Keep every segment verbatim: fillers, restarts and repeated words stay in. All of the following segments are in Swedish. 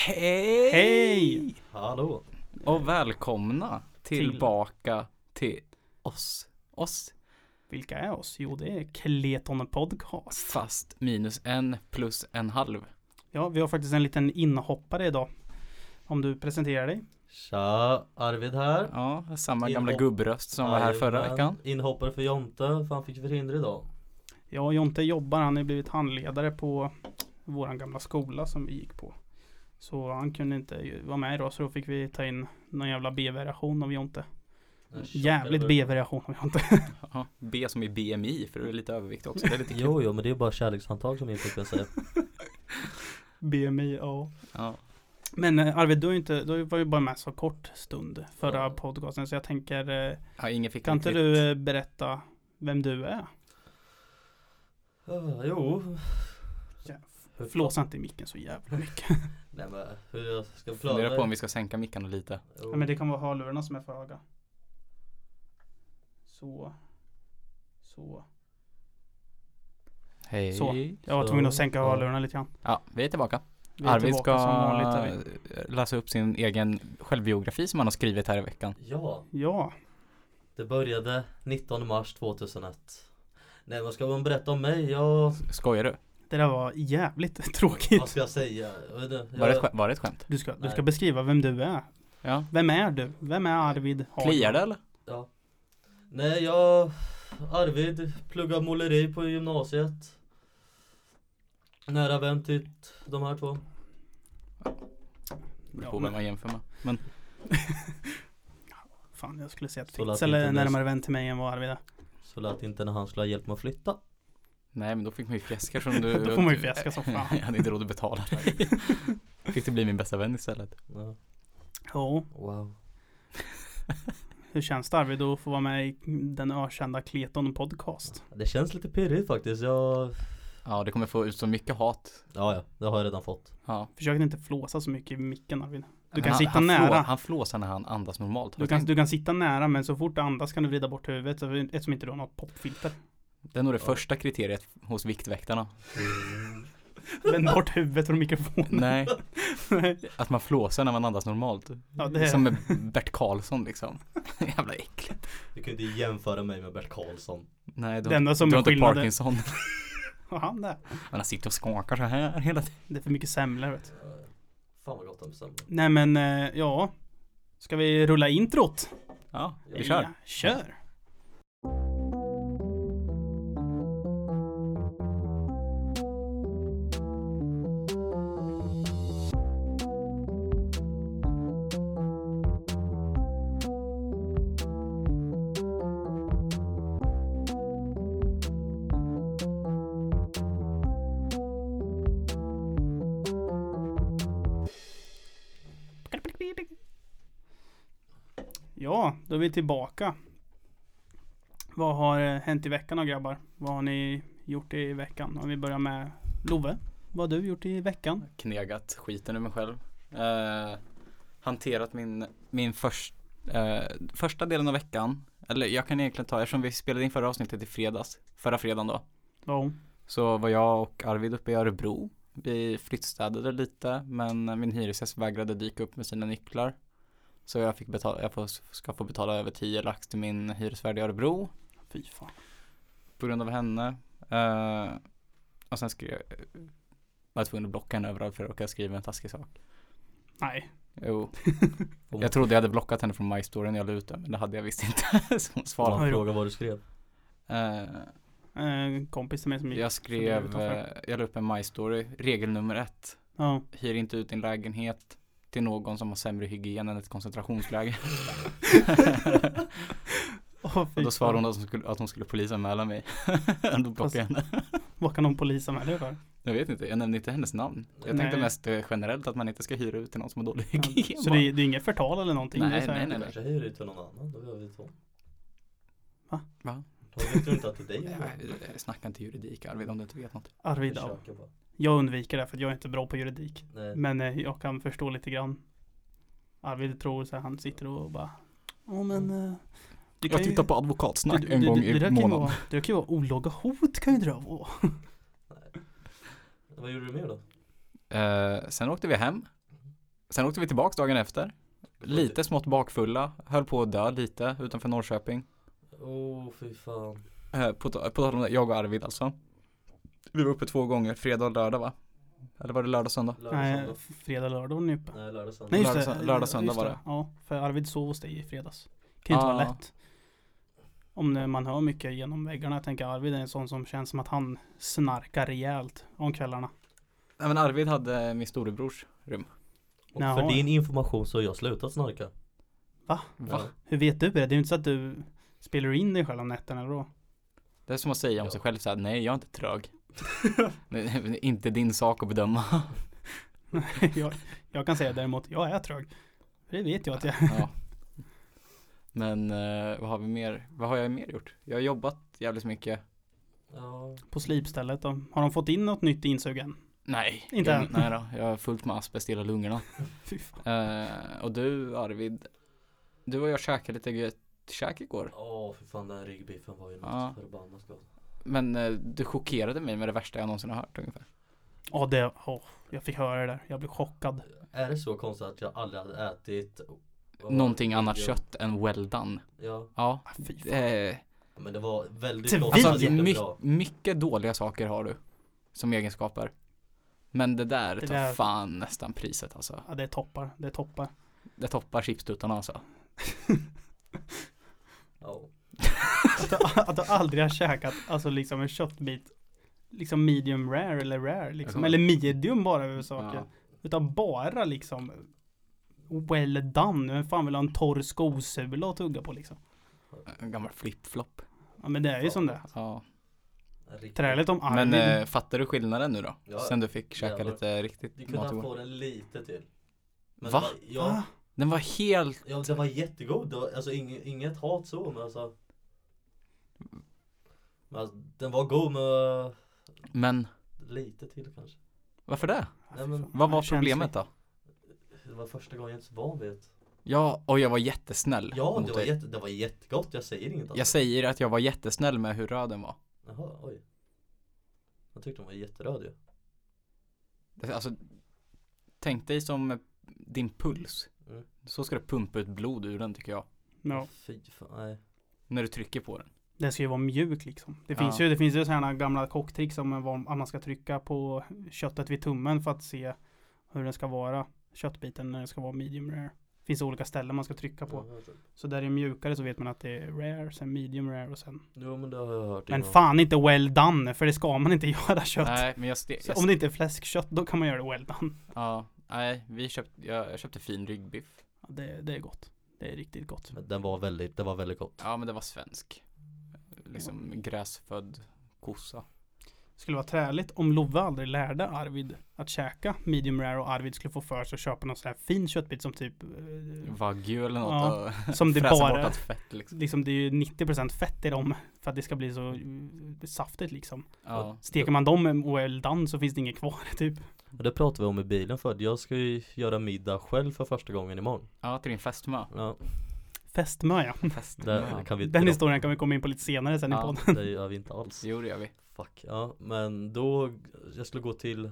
Hej! Hej! Hallå! Och välkomna tillbaka till oss. Oss. Vilka är oss? Jo, det är Kleton Podcast. Fast minus en plus en halv. Ja, vi har faktiskt en liten inhoppare idag. Om du presenterar dig. Tja, Arvid här. Ja, samma Inhopp- gamla gubbröst som var här förra Jajamän. veckan. Inhoppare för Jonte, för han fick förhinder idag. Ja, Jonte jobbar. Han har blivit handledare på våran gamla skola som vi gick på. Så han kunde inte vara med idag, så då fick vi ta in någon jävla B-variation av Jonte. En Jävligt tjockare B-variation av Jonte. Ja, B som i B M I, för du är lite övervikt också. Det är lite kul. Jo, jo, men det är bara kärlekshandtag som jag kan säga. B M I, ja. Ja. Men eh, Arvid, du, är inte, du var ju bara med så kort stund förra Ja. podcasten. Så jag tänker, eh, Ja, ingen fick kan inte riktigt- du eh, berätta vem du är? Uh, jo. Ja, Hur- Flåsa inte i micken så jävla mycket. Nej, men hur jag ska klara Fundera på om det. vi ska sänka mickarna lite. Jo. Ja, men det kan vara hörlurarna som är för höga. Så. Så. Hej. Så. Jag var tvungen att sänka Ja. hörlurarna lite grann. Ja, vi är tillbaka. Vi är Arvid tillbaka ska som vanligt, Arvid. läsa upp sin egen självbiografi som han har skrivit här i veckan. Ja, Ja. det började nittonde mars tvåtusenett. Nej, vad ska man berätta om mig? Jag... Skojar du? Det där var jävligt tråkigt. Vad ska jag säga? Jag vet inte. Var det, ett Jag... skämt? var det ett skämt? Du ska, du Nej. ska beskriva vem du är. Ja. Vem är du? Vem är Arvid? Hagman? Kliar det eller? Ja. Nej, jag... Arvid pluggar måleri på gymnasiet. Nära vän till de här två. Beror Ja, på men- vem man jämför med. Men Fan, jag skulle säga att Så lät Fitz eller inte närmare vän till mig än vad Arvid är. Så lät inte när han skulle ha hjälp med att flytta. nej, men då fick man ju fjäskar som du... Då får man ju fjäska som fan. Jag hade inte råd att betala dig. Fick det bli min bästa vän istället. Ja. Ja. Wow. Hur känns det, Arvid, att få vara med i den ökända Kleton Podcast? Det känns lite pirrigt faktiskt. Jag... Ja, det kommer få ut så mycket hat. Ja, ja. Det har jag redan fått. Ja. Försök inte flåsa så mycket i micken, Arvid. Du Men kan han, sitta han nära. Flå, han flåsar när han andas normalt. Har Du du kan, tänkt? du kan sitta nära, men så fort du andas kan du vrida bort huvudet så- eftersom inte du har något popfilter. Det är nog det Ja. första kriteriet hos Viktväktarna. Vänd bort huvudet från mikrofonen. Nej, Nej. att man flåsar när man andas normalt. Ja, det är- Som med Bert Karlsson liksom. Jävla äckligt. Du kan inte jämföra mig med Bert Karlsson. Nej, du, Det enda som du är har inte skillnaden- Parkinson. Och han där. Men han sitter och skakar så här hela tiden. Det är för mycket semlor, vet du. Ja, Fan vad gott de bestämde. Nej, men eh, ja. Ska vi rulla introt? Ja, vi kör. Ja, kör. Ja, då är vi tillbaka. Vad har eh, hänt i veckan då, grabbar? Vad har ni gjort i veckan? Om vi börjar med Love. Vad har du gjort i veckan? Knegat skiten ur mig själv. Eh, hanterat min, min först, eh, första delen av veckan. Eller jag kan egentligen ta, eftersom vi spelade in förra avsnittet i fredags. Förra fredagen då. Ja. Så var jag och Arvid uppe i Örebro. Vi flyttstädade lite, men min hyresgäst vägrade dyka upp med sina nycklar. Så jag fick betala, jag får, ska få betala över tio lax till min hyresvärd i Örebro. Fy fan. På grund av henne. Uh, och sen skrev jag, var jag tvungen att blocka henne överallt för att jag skriva en taskig sak. Nej. Jo. Jag trodde jag hade blockat henne från My Story när jag la ut den, men det hade jag visst inte. Så hon Får svarade. man fråga vad du skrev? Uh, En kompis till mig som jag skrev, utanför. uh, jag la upp en My Story. Regel nummer ett. Ja. Hyr inte ut din lägenhet till någon som har sämre hygien än ett koncentrationsläger. Åh, fy Och då svarade fan. hon att hon skulle, att hon skulle polisanmäla mig. Då blockade jag henne. Vad kan någon polisa med det för? Jag vet inte, jag nämnde inte hennes namn. Jag Nej. tänkte mest eh, generellt att man inte ska hyra ut till någon som har dålig hygien. Så det är, det är inget förtal eller någonting? Nej, det är så här- nej, nej. Kanske hyr ut till någon annan. Då gör vi två. Va? Jag tror inte att det är dig. Jag, jag snackar inte juridik, Arvid, om du inte vet något. Arvid, ja. Försöker bara. Jag undviker det för att jag är inte bra på juridik. Nej. Men eh, jag kan förstå lite grann. Arvid tror så här, han sitter och bara ja men eh, du kan Jag ju- tittar på advokatsnack det- en det- gång det- det där i kan ju månaden. vara- Det kan ju vara olaga hot kan ju dra på. Vad gjorde du mer då? Eh, sen åkte vi hem. Sen åkte vi tillbaka dagen efter. Lite smått bakfulla. Höll på att dö lite utanför Norrköping. Åh, oh, fy fan. Eh, på, på tal om det, jag och Arvid alltså. Vi var uppe två gånger, fredag och lördag va? Eller var det lördag och söndag? Lördag, Nej, söndag. fredag, lördag var ni uppe. Nej, lördag, söndag. Nej, just Lördag, det. sö- lördag, söndag Just var det. Ja, för Arvid sov hos dig i fredags. Kan ju inte Ah. vara lätt. Om det- man hör mycket genom väggarna. Jag tänker Arvid är en sån som känns som att han snarkar rejält om kvällarna. Nej men Arvid hade min storebrors rum. Och Jaha. för din information så har jag slutat snarka. Va? Va? Hur vet du det? Det är ju inte så att du spelar in dig själv om nätterna då. Det är som att säga om Ja. sig själv så här, nej jag är inte trög. Det är inte din sak att bedöma. jag, jag kan säga däremot, jag är trög. För det vet jag att jag Ja. Men eh, vad har vi mer? Vad har jag mer gjort? Jag har jobbat jävligt mycket. Ja. på slipstället då. Har de fått in något nytt insug än? Nej, Inte jag, än. nej då. Jag har fullt med asbest i hela lungorna. Fy fan. Eh, och du Arvid, du och jag käkade lite gött käk igår. Åh, för fan, den ryggbiffen var ju något Ja. förbannat gott. Men eh, du chockerade mig med det värsta jag någonsin har hört ungefär. Ja, det, åh, jag fick höra det där. Jag blev chockad. Är det så konstigt att jag aldrig hade ätit vad- Någonting annat ja. kött än well done. Ja, Ja, Ah, fy fan. eh, men det var väldigt Till gott. vi- alltså Jättebra. my- mycket dåliga saker har du som egenskaper. Men det där Det tar där- fan nästan priset alltså. Ja, det är toppar. Det är toppar. Det toppar chipstuttarna alltså. Ja. Att du, att du aldrig har käkat alltså liksom en köttbit liksom medium rare eller rare liksom. kommer- Eller medium bara över saker. Ja. Utan bara liksom well done. Vem fan vill ha en torr skosula att tugga på liksom? En gammal flip-flop. Ja, men det är ju Ja. som det. Ja. Riktigt. Träligt om Arvid. Men eh, fattar du skillnaden nu då? Ja. Sen du fick käka Jävlar. lite riktigt Vi kunde mat ha igår. fått den lite till. Men Va? Det var, ja, Va? Den var helt... ja, det var jättegod. Det var, alltså inget, inget hat så, men alltså. Men alltså, den var god med Men lite till kanske. varför det? Nej, men, Vad var Jag känns problemet då? det var första gången jag inte så van vid det. Ja, och jag var jättesnäll Ja, mot det var, dig. jätte, det var jättegott. Jag säger inget annat. Jag säger att jag var jättesnäll med hur röd den var. Jaha, oj. Jag tyckte de var jätteröd ju. Det- Alltså, tänk dig som din puls. Mm. Så ska det pumpa ut blod ur den tycker jag. Ja. Fy fan, nej. När du trycker på den. Det ska ju vara mjuk liksom. Det Ja. finns ju, det finns ju sådana gamla kocktricks om vad- att man ska trycka på köttet vid tummen för att se hur den ska vara. Köttbiten när den ska vara medium rare. Det finns olika ställen man ska trycka på. Ja, typ. Så där är mjukare så vet man att det är rare, sen medium rare och sen. Jo, men det har jag hört Men innan. fan inte well done, för det ska man inte göra kött. Nej, men jag, ste- Så jag om det inte är fläskkött, då kan man göra det well done. Ja, nej, vi köpte, jag, jag köpte fin ryggbiff. Ja, det, det är gott. Det är riktigt gott. Men den var väldigt, det var väldigt gott. Ja, men det var svensk. Liksom gräsfödd kossa. Skulle vara träligt om Love aldrig lärde Arvid att käka medium rare och Arvid skulle få för sig att köpa någon sån här fin köttbit som typ eh, Wagyu eller något. Ja, och som det fräsa bara- bort allt fett liksom. liksom det är ju nittio procent fett i dem för att det ska bli så eh, saftigt liksom. Ja. Steker man dem med well done så finns det inget kvar typ. Och det pratade vi om i bilen för jag ska ju göra middag själv för första gången imorgon. Ja, till din fästmö. Ja, Festmö ja. Fästmö. där kan vi Den dra- historien kan vi komma in på lite senare sen i Ja. podden. Det gör vi inte alls. Jo, det gör vi. Fuck, ja. Men då, jag skulle gå till,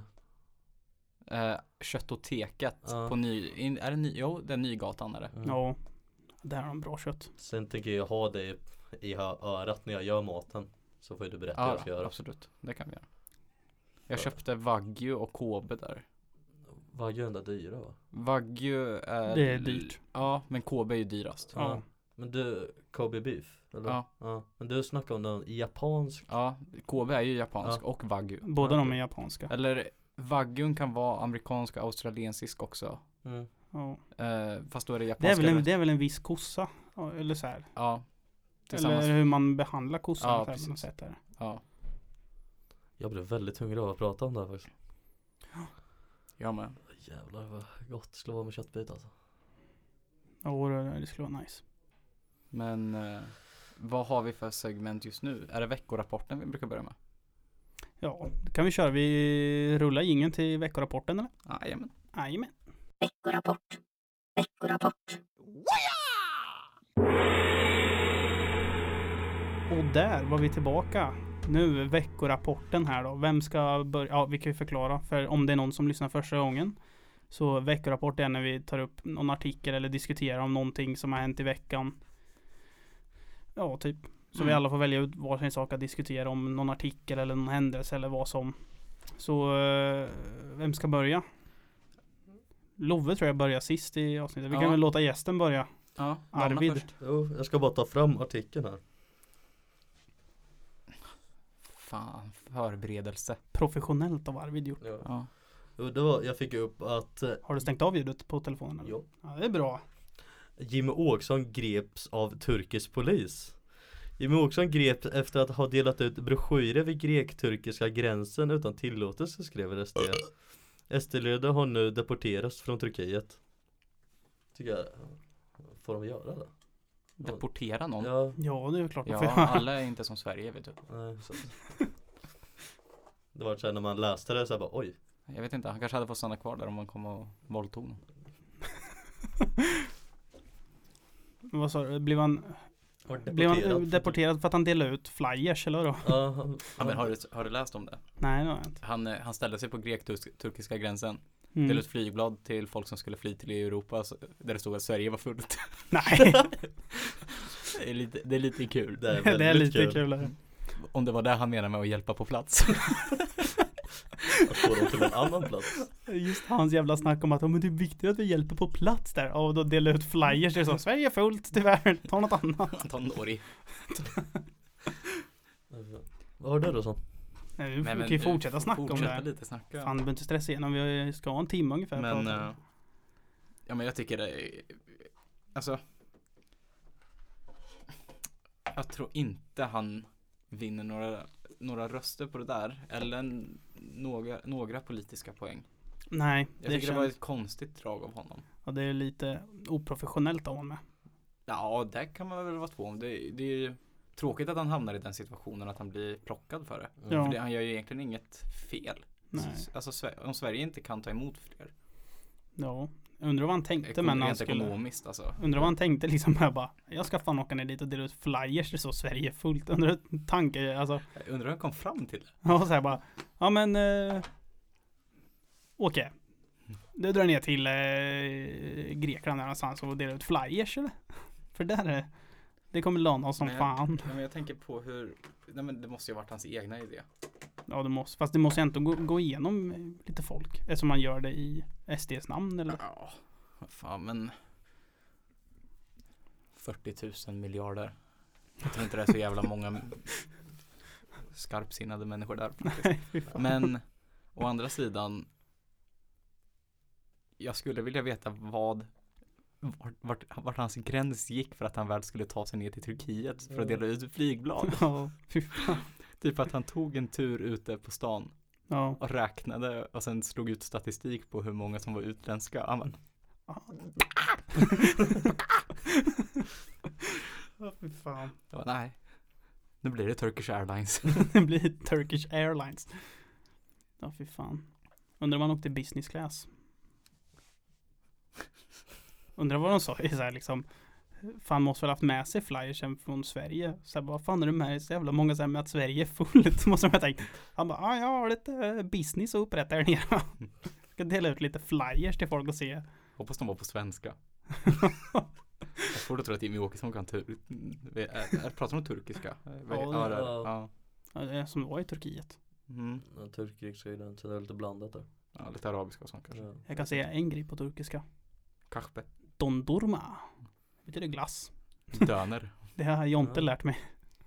Eh, Köttoteket Ja. på ny, in, är det ny, jo, det är Nygatan är det. mm. Ja, där har de bra kött. Sen tänker jag ha det i hö- örat när jag gör maten. Så får ju du berätta vad Ja, jag ska göra. absolut. Det kan vi göra. Jag Ja. köpte Wagyu och Kobe där. Vad gör den där dyra va? Wagyu är... Det är dyrt. Ja, men Kobe är ju dyrast. Ja. Ja. Men du, Kobe beef? Eller? Ja. ja. Men du snackade om den japansk. Ja, Kobe är ju japansk Ja. och Wagyu. Båda Ja, de är okej. japanska. Eller Wagyun kan vara amerikansk och australiensisk också. Mm. Ja. Eh, fast då är det Det, japanska. är väl en, det är väl en viss kossa. Ja, eller så här. Ja. Tillsammans. Eller hur man behandlar kossan. Ja, så här, precis. på något sätt där. Ja, Jag blev väldigt hungrig av att prata om det här faktiskt. jag med. Jävlar vad gott det skulle vara med köttbit alltså. Ja, det- det skulle vara nice. Men eh, vad har vi för segment just nu? Är det veckorapporten vi brukar börja med? Ja, det kan vi köra. Vi rullar ingen till veckorapporten eller? Jajamän. Jajamän. Veckorapport. Veckorapport. Och där var vi tillbaka. Nu veckorapporten här då. Vem ska börja? Ja, vi kan ju förklara. För om det är någon som lyssnar första gången Så veckorapport är när vi tar upp någon artikel eller diskuterar om någonting som har hänt i veckan. Ja, typ. Så Mm. vi alla får välja ut varsin sak att diskutera om någon artikel eller någon händelse eller vad som. Så eh, vem ska börja? Love tror jag börjar sist i avsnittet. Vi Ja. kan väl låta gästen börja. Ja, Arvid. först. Jo, jag ska bara ta fram artikeln här. Fan, förberedelse. Professionellt av Arvid gjort. Ja. Ja. Jo, det var, jag fick upp att eh, Har du stängt av ljudet på telefonen? Eller? jo, Ja, det är bra. Jimmy Åkesson greps av turkisk polis. Jimmy Åkesson greps efter att ha delat ut broschyrer vid grek-turkiska gränsen utan tillåtelse, skrev S D. S D-ledare har nu deporterats från Turkiet. Tycker jag, får de göra det? Deportera någon? Ja, Ja, det är klart. Ja, alla är inte som Sverige, vet du. nej, så. Det var så här när man läste det så här bara, oj. Jag vet inte, han kanske hade fått stanna kvar där om man kom och våldtog någon. Vad sa du? Blev han, Var blev han deporterad eh, från deporterad för att han delade ut flyers eller då? Ja, han, Ja, men har du, har du läst om det? Nej, det har jag inte. Han, eh, han ställde sig på grek-turkiska gränsen. Mm. Delade ut flygblad till folk som skulle fly till Europa så, där det stod att Sverige var fullt. Nej, Det är lite, det är lite kul. det är, det är väldigt lite kul. kul. Om det var det han menade med att hjälpa på plats. Att få dem till en annan plats. Just hans jävla snack om att oh, men det är viktigt att vi hjälper på plats där. Och då delar ut flyers. Det är så, Sverige är fullt, tyvärr. Ta något annat. Ta en Norge. Vad har du då så? Nej, vi Nej, kan men ju du fortsätta får snacka om det fortsätta här. lite snacka. Fan, du behöver inte stressa igenom. Vi ska ha en timme ungefär. Men, för att- eh, ja men jag tycker det är, alltså, jag tror inte han vinner några, några röster på det där. Eller en, några, några politiska poäng. Nej, Jag det, tycker det var känns, ett konstigt drag av honom. ja, det är lite oprofessionellt av honom. Ja, det kan man väl vara två om. Det, det är ju tråkigt att han hamnar i den situationen att han blir plockad för det. Ja. För det, han gör ju egentligen inget fel. Nej. Alltså Sve- om Sverige inte kan ta emot fler. Ja, undrar vad han tänkte Ekon- men han rent skulle... ekonomiskt alltså. Undrar vad han tänkte liksom här bara. Jag ska fan åka ner dit och dela ut flyers. Det är så Sverige är fullt. Undrar tanke, alltså. Jag undrar hur han kom fram till det. Ja, så här bara. Ja men. Eh, Åke. Du drar ner till eh, Grekland någonstans och delar ut flyers eller? För där är det kommer låna oss som Men jag- fan. Ja, men jag tänker på hur, nej men det måste ju ha varit hans egna idé. Ja, det måste, fast det måste ju ändå gå, gå igenom eh, lite folk. Eftersom man gör det i S D:s namn eller? Ja, vad fan men fyrtio tusen miljarder. Jag tror inte det är så jävla många skarpsinnade människor där faktiskt. Nej, fy fan. Men å andra sidan, jag skulle vilja veta vad vart, vart, vart hans gräns gick för att han väl skulle ta sig ner till Turkiet för att dela ut flygblad. Ja, fy fan. Typ att han tog en tur ute på stan Ja. och räknade och sen slog ut statistik på hur många som var utländska. Ja, men, Ja, fy fan. ja, nej, nu blir det Turkish Airlines. Det blir Turkish Airlines. Ja, fy fan. Undrar om man åkte business class. Undrar vad de sa i så här liksom. Fan måste väl haft med sig flyersen från Sverige. Så här, vad fan är det med så jävla många så här med att Sverige är fullt. Så måste de ha tänkt. Han bara, ah, jag har lite business att upprätta här nere. Jag ska dela ut lite flyers till folk och se. Hoppas de var på svenska. Jag får då tro att Jimmy Åkesson kan tur. Är, är, pratar de om turkiska? Ja, det- det är det. Ja. Ja, det är som var i Turkiet. Mm. Ja, turkiska sidan, så det är lite blandat där. Ja, lite arabiska och sånt kanske. Ja. Jag kan säga en grej på turkiska. Kahpe. Dondurma. Betyder glass. Döner. Det har Jonte Ja. lärt mig.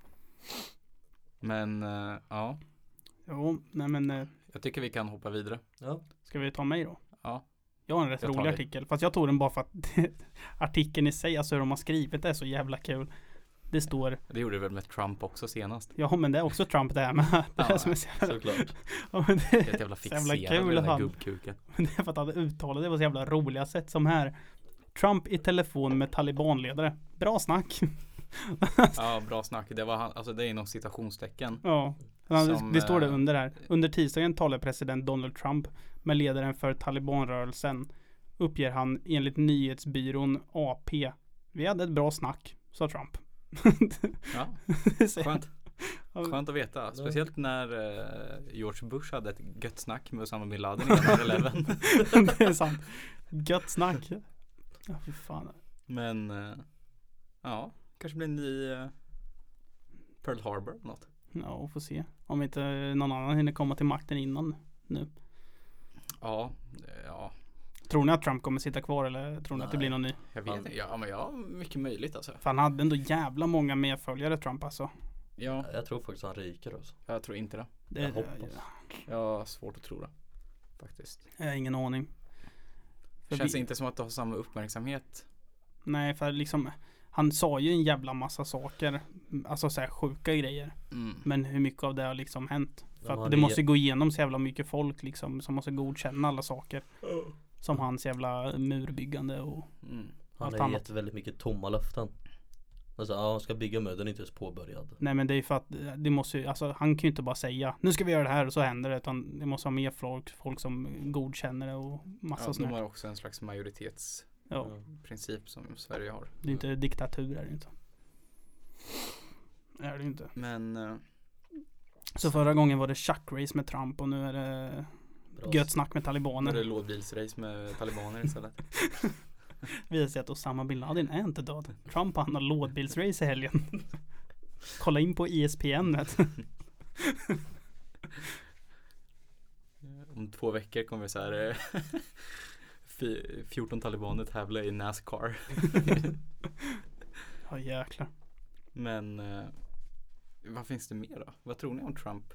Men uh, ja, Jo, nej men eh, jag tycker vi kan hoppa vidare. Ja. ska vi ta mig då? Ja. Jag har en rätt Jag tar rolig det. artikel. Fast jag tog den bara för att artikeln i sig, alltså hur de har skrivit det är så jävla kul. Det står, Det gjorde det väl med Trump också senast. ja men det är också Trump det här med. Det, Ja, är som är så jävla, Såklart. ja, men det, Helt jävla Så jävla fixerad kul vid den här han. gubbkuken. men det är för att han uttalade det på så jävla roliga sätt som här. Trump i telefon med talibanledare. Bra snack. Ja, bra snack. Det var han, alltså det är inom citationstecken. Ja. Han, Som, det står det eh, under här. Under tisdagen talar president Donald Trump med ledaren för talibanrörelsen. Uppger han enligt nyhetsbyrån A P. Vi hade ett bra snack, sa Trump. Ja, Det säger- skönt. Skönt att veta, speciellt när uh, George Bush hade ett gött snack med Osama bin Laden i nine eleven. Det är sant. Gött snack. Ja, fy fan. Men uh, ja, kanske blir en ny uh, Pearl Harbor eller något. Ja, får se. Om inte någon annan hinner komma till makten innan nu. Ja, ja. Tror ni att Trump kommer sitta kvar eller tror ni Nej. att det blir någon ny? Jag vet inte, ja men ja, mycket möjligt alltså. För han hade ändå jävla många medföljare Trump alltså. Ja, Jag tror faktiskt han ryker alltså. jag tror inte det. Det, Jag hoppas. Jag har svårt att tro det, faktiskt. Jag har ingen aning. För Känns vi, inte som att det har samma uppmärksamhet. Nej, för liksom han sa ju en jävla massa saker. Alltså så här sjuka grejer. Mm. Men hur mycket av det har liksom hänt? För Ja, att han det är- måste gå igenom så jävla mycket folk liksom. Som måste godkänna alla saker. Som hans jävla murbyggande och Mm. Han Allt har annat. gett väldigt mycket tomma löften. Alltså ja, han ska bygga med, den är inte ens påbörjad. nej men det är för att det måste ju, alltså han kan ju inte bara säga nu ska vi göra det här och så händer det, utan det måste vara mer folk, folk som godkänner det och massa Ja, de sånt. har också en slags majoritetsprincip Ja, som Sverige har. det är inte diktatur är det inte. Är det ju inte. Men eh, Så förra gången var det chuck-race med Trump och nu är det Bra. gött snack med nu är det talibaner. lådbilsrace med talibaner istället. Vi har sett att Osama bin Laden är inte död. Trump han har lådbilsrace i helgen. Kolla in på E S P N vet. Om två veckor kommer så här eh, fy- fjorton talibaner tävla i NASCAR. Ja jäklar. Men eh, vad finns det mer då? Vad tror ni om Trump?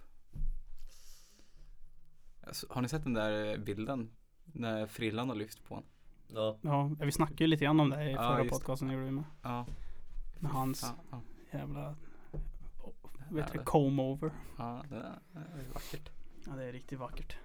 Alltså, har ni sett den där eh, bilden när frillan har lyft på honom? Ja, Ja, vi snackade ju lite grann om det i Ja, förra just det. podcasten gjorde vi med. Ja. Med hans Ja, ja, jävla vet du, Ja. comb over. ja det är, det är vackert. Ja det är riktigt vackert.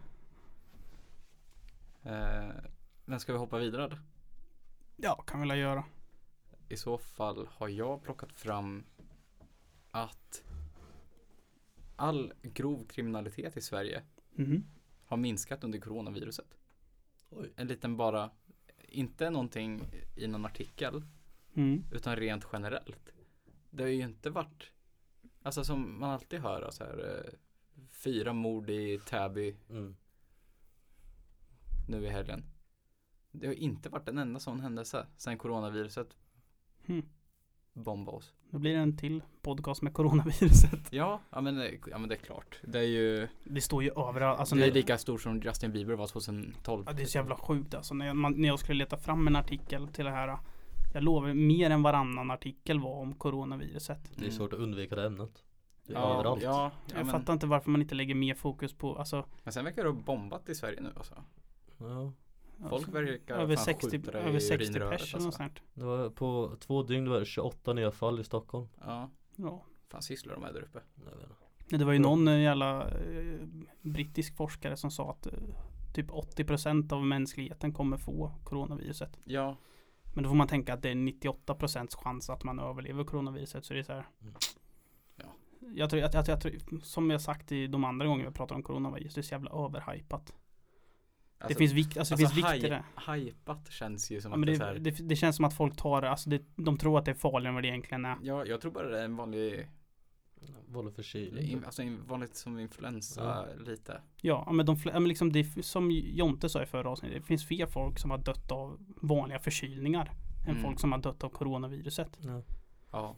Eh, men ska vi hoppa vidare då? Ja, kan vi väl göra. I så fall har jag plockat fram att all grov kriminalitet i Sverige Mhm. har minskat under coronaviruset. oj. En liten bara, inte någonting i någon artikel, Mm. utan rent generellt. Det har ju inte varit, alltså som man alltid hör, så här, eh, fyra mord i Täby Mm. nu i helgen. Det har inte varit en enda sån händelse sedan coronaviruset Mm. bombade oss. Då blir det en till podcast med coronaviruset. Ja, ja men, det- ja men det är klart. Det är ju, Det står ju överallt. Alltså, det är när, lika stort som Justin Bieber var tjugotolv. ja, det är så jävla sjukt alltså. När jag, man, när jag skulle leta fram en artikel till det här. Jag lovar, mer än varannan artikel var om coronaviruset. Det är svårt att undvika det ämnet. Det är Ja, överallt. ja, ja Jag men, fattar inte varför man inte lägger mer fokus på, alltså. men sen verkar det ha bombat i Sverige nu alltså. Ja. Folk alltså, verkar över fan sextio, skjuta det i över sextio urinröret, pers alltså. och sånt. Det var på två dygn var det tjugoåtta nya fall i Stockholm. Ja, Ja. fan sysslar de med där uppe. Jag vet inte. Men det var ju någon eh, jävla eh, brittisk forskare som sa att eh, typ åttio procent av mänskligheten kommer få coronaviruset. Ja, Men då får man tänka att det är nittioåtta procents chans att man överlever coronaviruset. Så det är så här. Mm. Ja. Jag tror att, att jag tror, som jag sagt i de andra gånger vi pratar om coronavirus, det är så jävla överhypat. alltså, det finns, vik, alltså, det alltså finns haj- viktigare. Hypat känns ju som Ja, att men det är det, så här, det, det känns som att folk tar, alltså det, de tror att det är farligare än vad det egentligen är. ja, jag tror bara det är en vanlig, Vanlig förkylning. in, alltså en vanligt som influensa lite. Ja, men de, fl- ja, men liksom det, är som Jonte sa i förra avsnittet, det finns fler folk som har dött av vanliga förkylningar än Mm. folk som har dött av coronaviruset. Ja. Ja,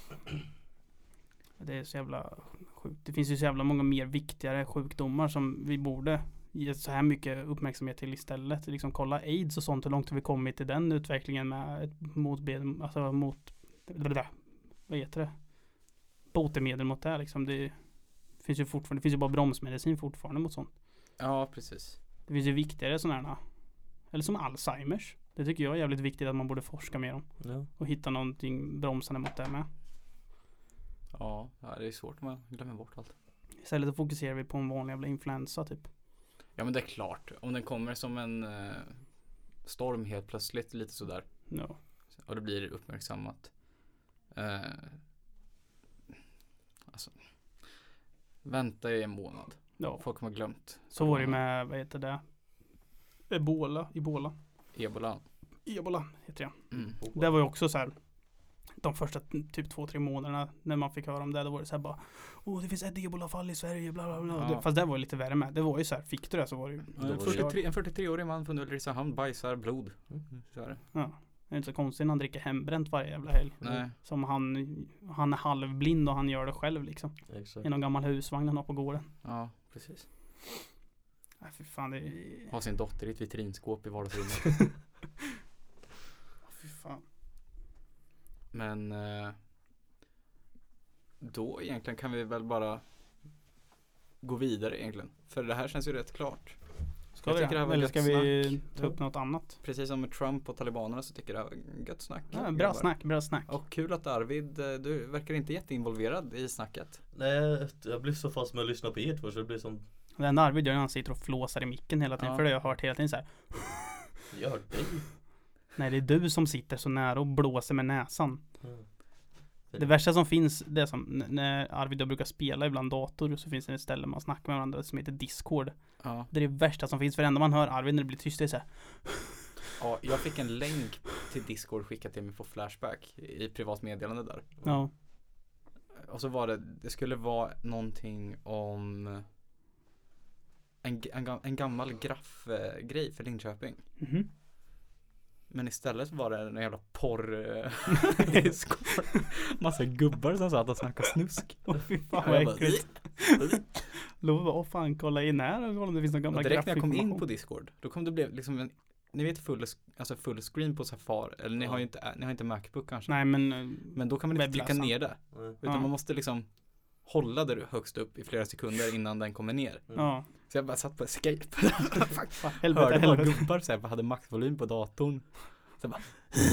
Det är så jävla sjukt. Det finns ju så jävla många mer viktigare sjukdomar som vi borde ge så här mycket uppmärksamhet till istället. Liksom kolla AIDS och sånt, hur långt har vi kommit i den utvecklingen med ett motbed, alltså mot, vad heter det? Botemedel mot det här liksom. Det finns ju fortfarande, det finns ju bara bromsmedicin fortfarande mot sånt. ja precis. Det finns ju viktigare sådana här, eller som Alzheimers. Det tycker jag är jävligt viktigt att man borde forska mer om. Ja. Och hitta någonting bromsande mot det med. Ja, ja, det är svårt om man glömmer bort allt. Istället så fokuserar vi på en vanlig jävla influensa typ. Ja men det är klart, om den kommer som en eh, storm helt plötsligt lite sådär Ja. och det blir uppmärksammat. Eh, alltså, vänta i en månad. Ja. Folk har glömt. Så var det med, vad heter det? Ebola, Ebola. Ebola. Ebola heter det. Mm. Det var ju också så här. de första typ två, tre månaderna när man fick höra om det, då var det så här bara, åh det finns ett ebolafall i Sverige, bla bla bla. Ja. Det, fast det var ju lite värre med. Det var ju så här, fick du det så var det ju... Ja, en, fyrtiotre, en fyrtiotre-årig man från Ulricehamn bajsar blod. Så är det. Ja. Det är inte så konstigt när han dricker hembränt varje jävla helg. Nej. Som han, han är halvblind och han gör det själv liksom. Exakt. I någon gammal husvagn han har på gården. Ja, precis. Nej fy fan det är... Ha sin dotter i ett vitrinskåp i vardagsrummet. Fy fan. Men eh, då egentligen kan vi väl bara gå vidare egentligen. För det här känns ju rätt klart. Ska Jag vi tycker det här var Eller gött ska vi snack. ta upp något annat? Precis som med Trump och talibanerna så tycker jag det här var gött snack. Ja, bra grabbar. snack, bra snack. Och kul att Arvid, eh, du verkar inte jätteinvolverad i snacket. Nej, jag blir så fast med att lyssna på er två så det blir som, Det enda Arvid gör när han sitter och flåsar i micken hela tiden. Ja. För det har jag hört hela tiden så här. jag hör dig. Nej det är du som sitter så nära och blåser med näsan. Mm. Det värsta som finns, det är som n- när Arvid och brukar spela ibland dator så finns det ett ställe man snackar med varandra som heter Discord. Ja. Det är det värsta som finns, för det enda man hör Arvid när det blir tyst det är så här. Ja, jag fick en länk till Discord skickat till mig på Flashback i privat meddelande där. Ja. Och så var det, det skulle vara någonting om en, en, gam- en gammal graff-grej för Linköping. Mhm. Men istället var det en jävla porr eh, Discord. Massa gubbar som satt och snackade snusk. Åh fy fan Och vad jag bara, äckligt. Lov bara, åh fan kolla in här och kolla om det finns någon gamla och direkt när jag kom in graffinformation. på Discord, då kom det bli liksom en, ni vet full, alltså full screen på Safari, eller ni Ja. har ju inte, ni har inte Macbook kanske. Nej men, eh, Men då kan man inte klicka webbläsaren. ner det. Nej. Utan Ja. man måste liksom hålla det högst upp i flera sekunder innan den kommer ner. ja. Så jag bara satt på escape. Fan, helvete, Hörde bara helvete. gubbar så här, hade maxvolym på datorn. Så jag bara,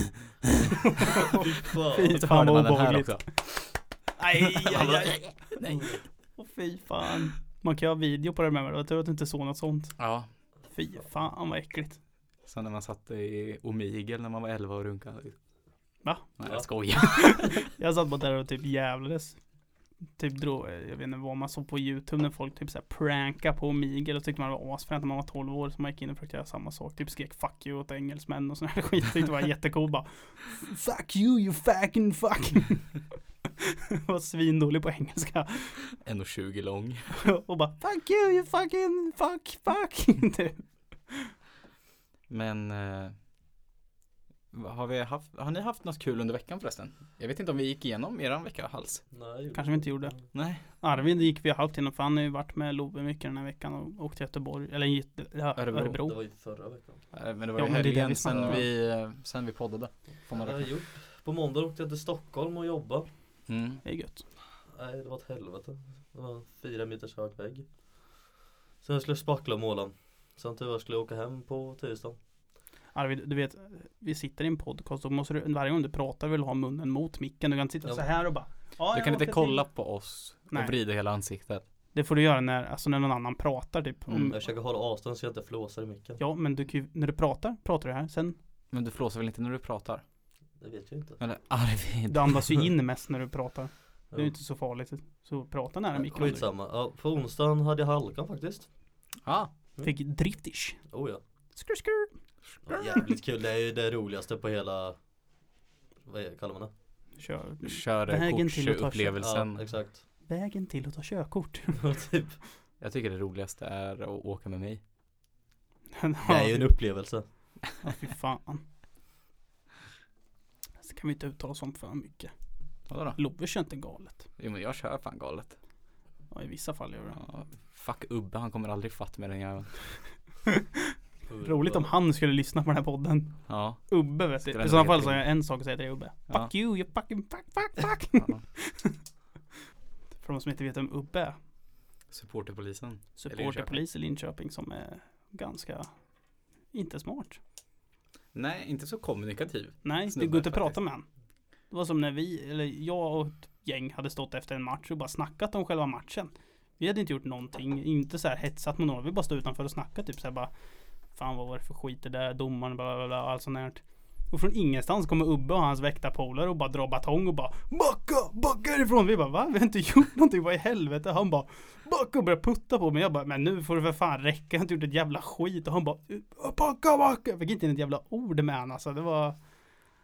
Fy fan. Fy och så fan hörde vad man den här obehagligt. också. Aj, aj, aj. Nej. Åh fy fan. Man kan ju ha video på det med mig, jag tror att du inte såg något sånt. Ja, Fy fan vad äckligt. så när man satt i Omigel när man var elva och runkade. Va? Nej, Ja. jag skojar. Jag satt bara där och typ jävlades. Typ drog, jag vet inte vad man såg på YouTube när folk typ såhär pranka på Omegle och tyckte man var asfränt när man var tolv år, så man gick in och försökte göra samma sak. Typ skrek fuck you åt engelsmän och sån här skit. Tyckte det var jättecool bara. Fuck you you fucking fuck. Jag var svindålig på engelska. en tjugo lång. Och bara fuck you you fucking fuck fuck. Typ. Men eh, har, vi haft, har ni haft något kul under veckan förresten? Jag vet inte om vi gick igenom eran vecka alls. Nej, Kanske vi inte gjorde. Nej. Arvid gick vi halvt innan, för han har ju varit med Love mycket den här veckan och åkt till Göteborg, eller i ja, Örebro. Örebro. Det var ju förra veckan. Eh, Men det var Ja, ju men det är det helgen vi sen snackar om. vi, eh, sen vi poddade. Får man Jag har räkna. gjort. På måndag åkte jag till Stockholm och jobba. Mm. Det är gött. Nej, det var ett helvete. Det var en fyra meters hög vägg. Sen jag skulle spackla och måla. Sen tur jag skulle åka hem på tisdagen. Arvid, du vet, vi sitter i en podcast och måste du, varje gång du pratar vill du ha munnen mot micken. Du kan inte sitta Ja. så här och bara "Ja, Du jag kan inte åker kolla till-" på oss Nej. och vrida hela ansiktet. Det får du göra när, alltså när någon annan pratar typ. Mm. Om, Jag försöker hålla avstånd så jag inte flåsar i micken. ja, men du, kan ju- när du pratar, pratar du här. Sen, Men du flåsar väl inte när du pratar? Det vet jag inte. Eller Arvid. du andas ju in mest när du pratar. Det är ju Ja. inte så farligt. Så prata nära micken. Skitsamma. Ja, på onsdagen hade jag halkan faktiskt. Ja. Fick driftish. Oh ja. Skur skur. Ja, jävligt kul. Det är ju det roligaste på hela, vad är- kallar man det? Kör. Kör till att ta upplevelsen. Ja, exakt. Vägen till att ta körkort. typ. Jag tycker det roligaste är att åka med mig. Det är ju en upplevelse. Ja, fy fan. Så kan vi inte uttala sånt för mycket. Vadå då? Love kör inte galet. Jo men jag kör fan galet. Ja, i vissa fall gör det. Ja, fuck Ubbe, han kommer aldrig fatt med den jäveln. Roligt om han skulle lyssna på den här podden. Ja. Ubbe vet du. Skulle I så fall lägga så har till. jag en sak att säga till dig Ubbe. Ja. Fuck you, you fucking fuck, fuck, fuck. Ja. För de som inte vet vem Ubbe är. Supporterpolisen. Supporterpolis i Linköping som är ganska inte smart. Nej, inte så kommunikativ. Nej, det Snubbe, går inte att faktiskt. prata med han. Det var som när vi, eller jag och ett gäng hade stått efter en match och bara snackat om själva matchen. Vi hade inte gjort någonting, inte så här hetsat med någon. Vi bara stod utanför och snackade typ så här bara, fan vad var det för skit det där, domaren, bla bla bla, allt sånt där. Och från ingenstans kommer Ubbe och hans väktarpolare och bara drar batong och bara backa, backa ifrån. Vi bara, va? Vi har inte gjort någonting, vad i helvete? Han bara, backa och börjar putta på mig. Jag bara, men nu får det för fan räcka, jag har inte gjort ett jävla skit. Och han bara, backa, backa. Jag fick inte in ett jävla ord med han alltså, det var...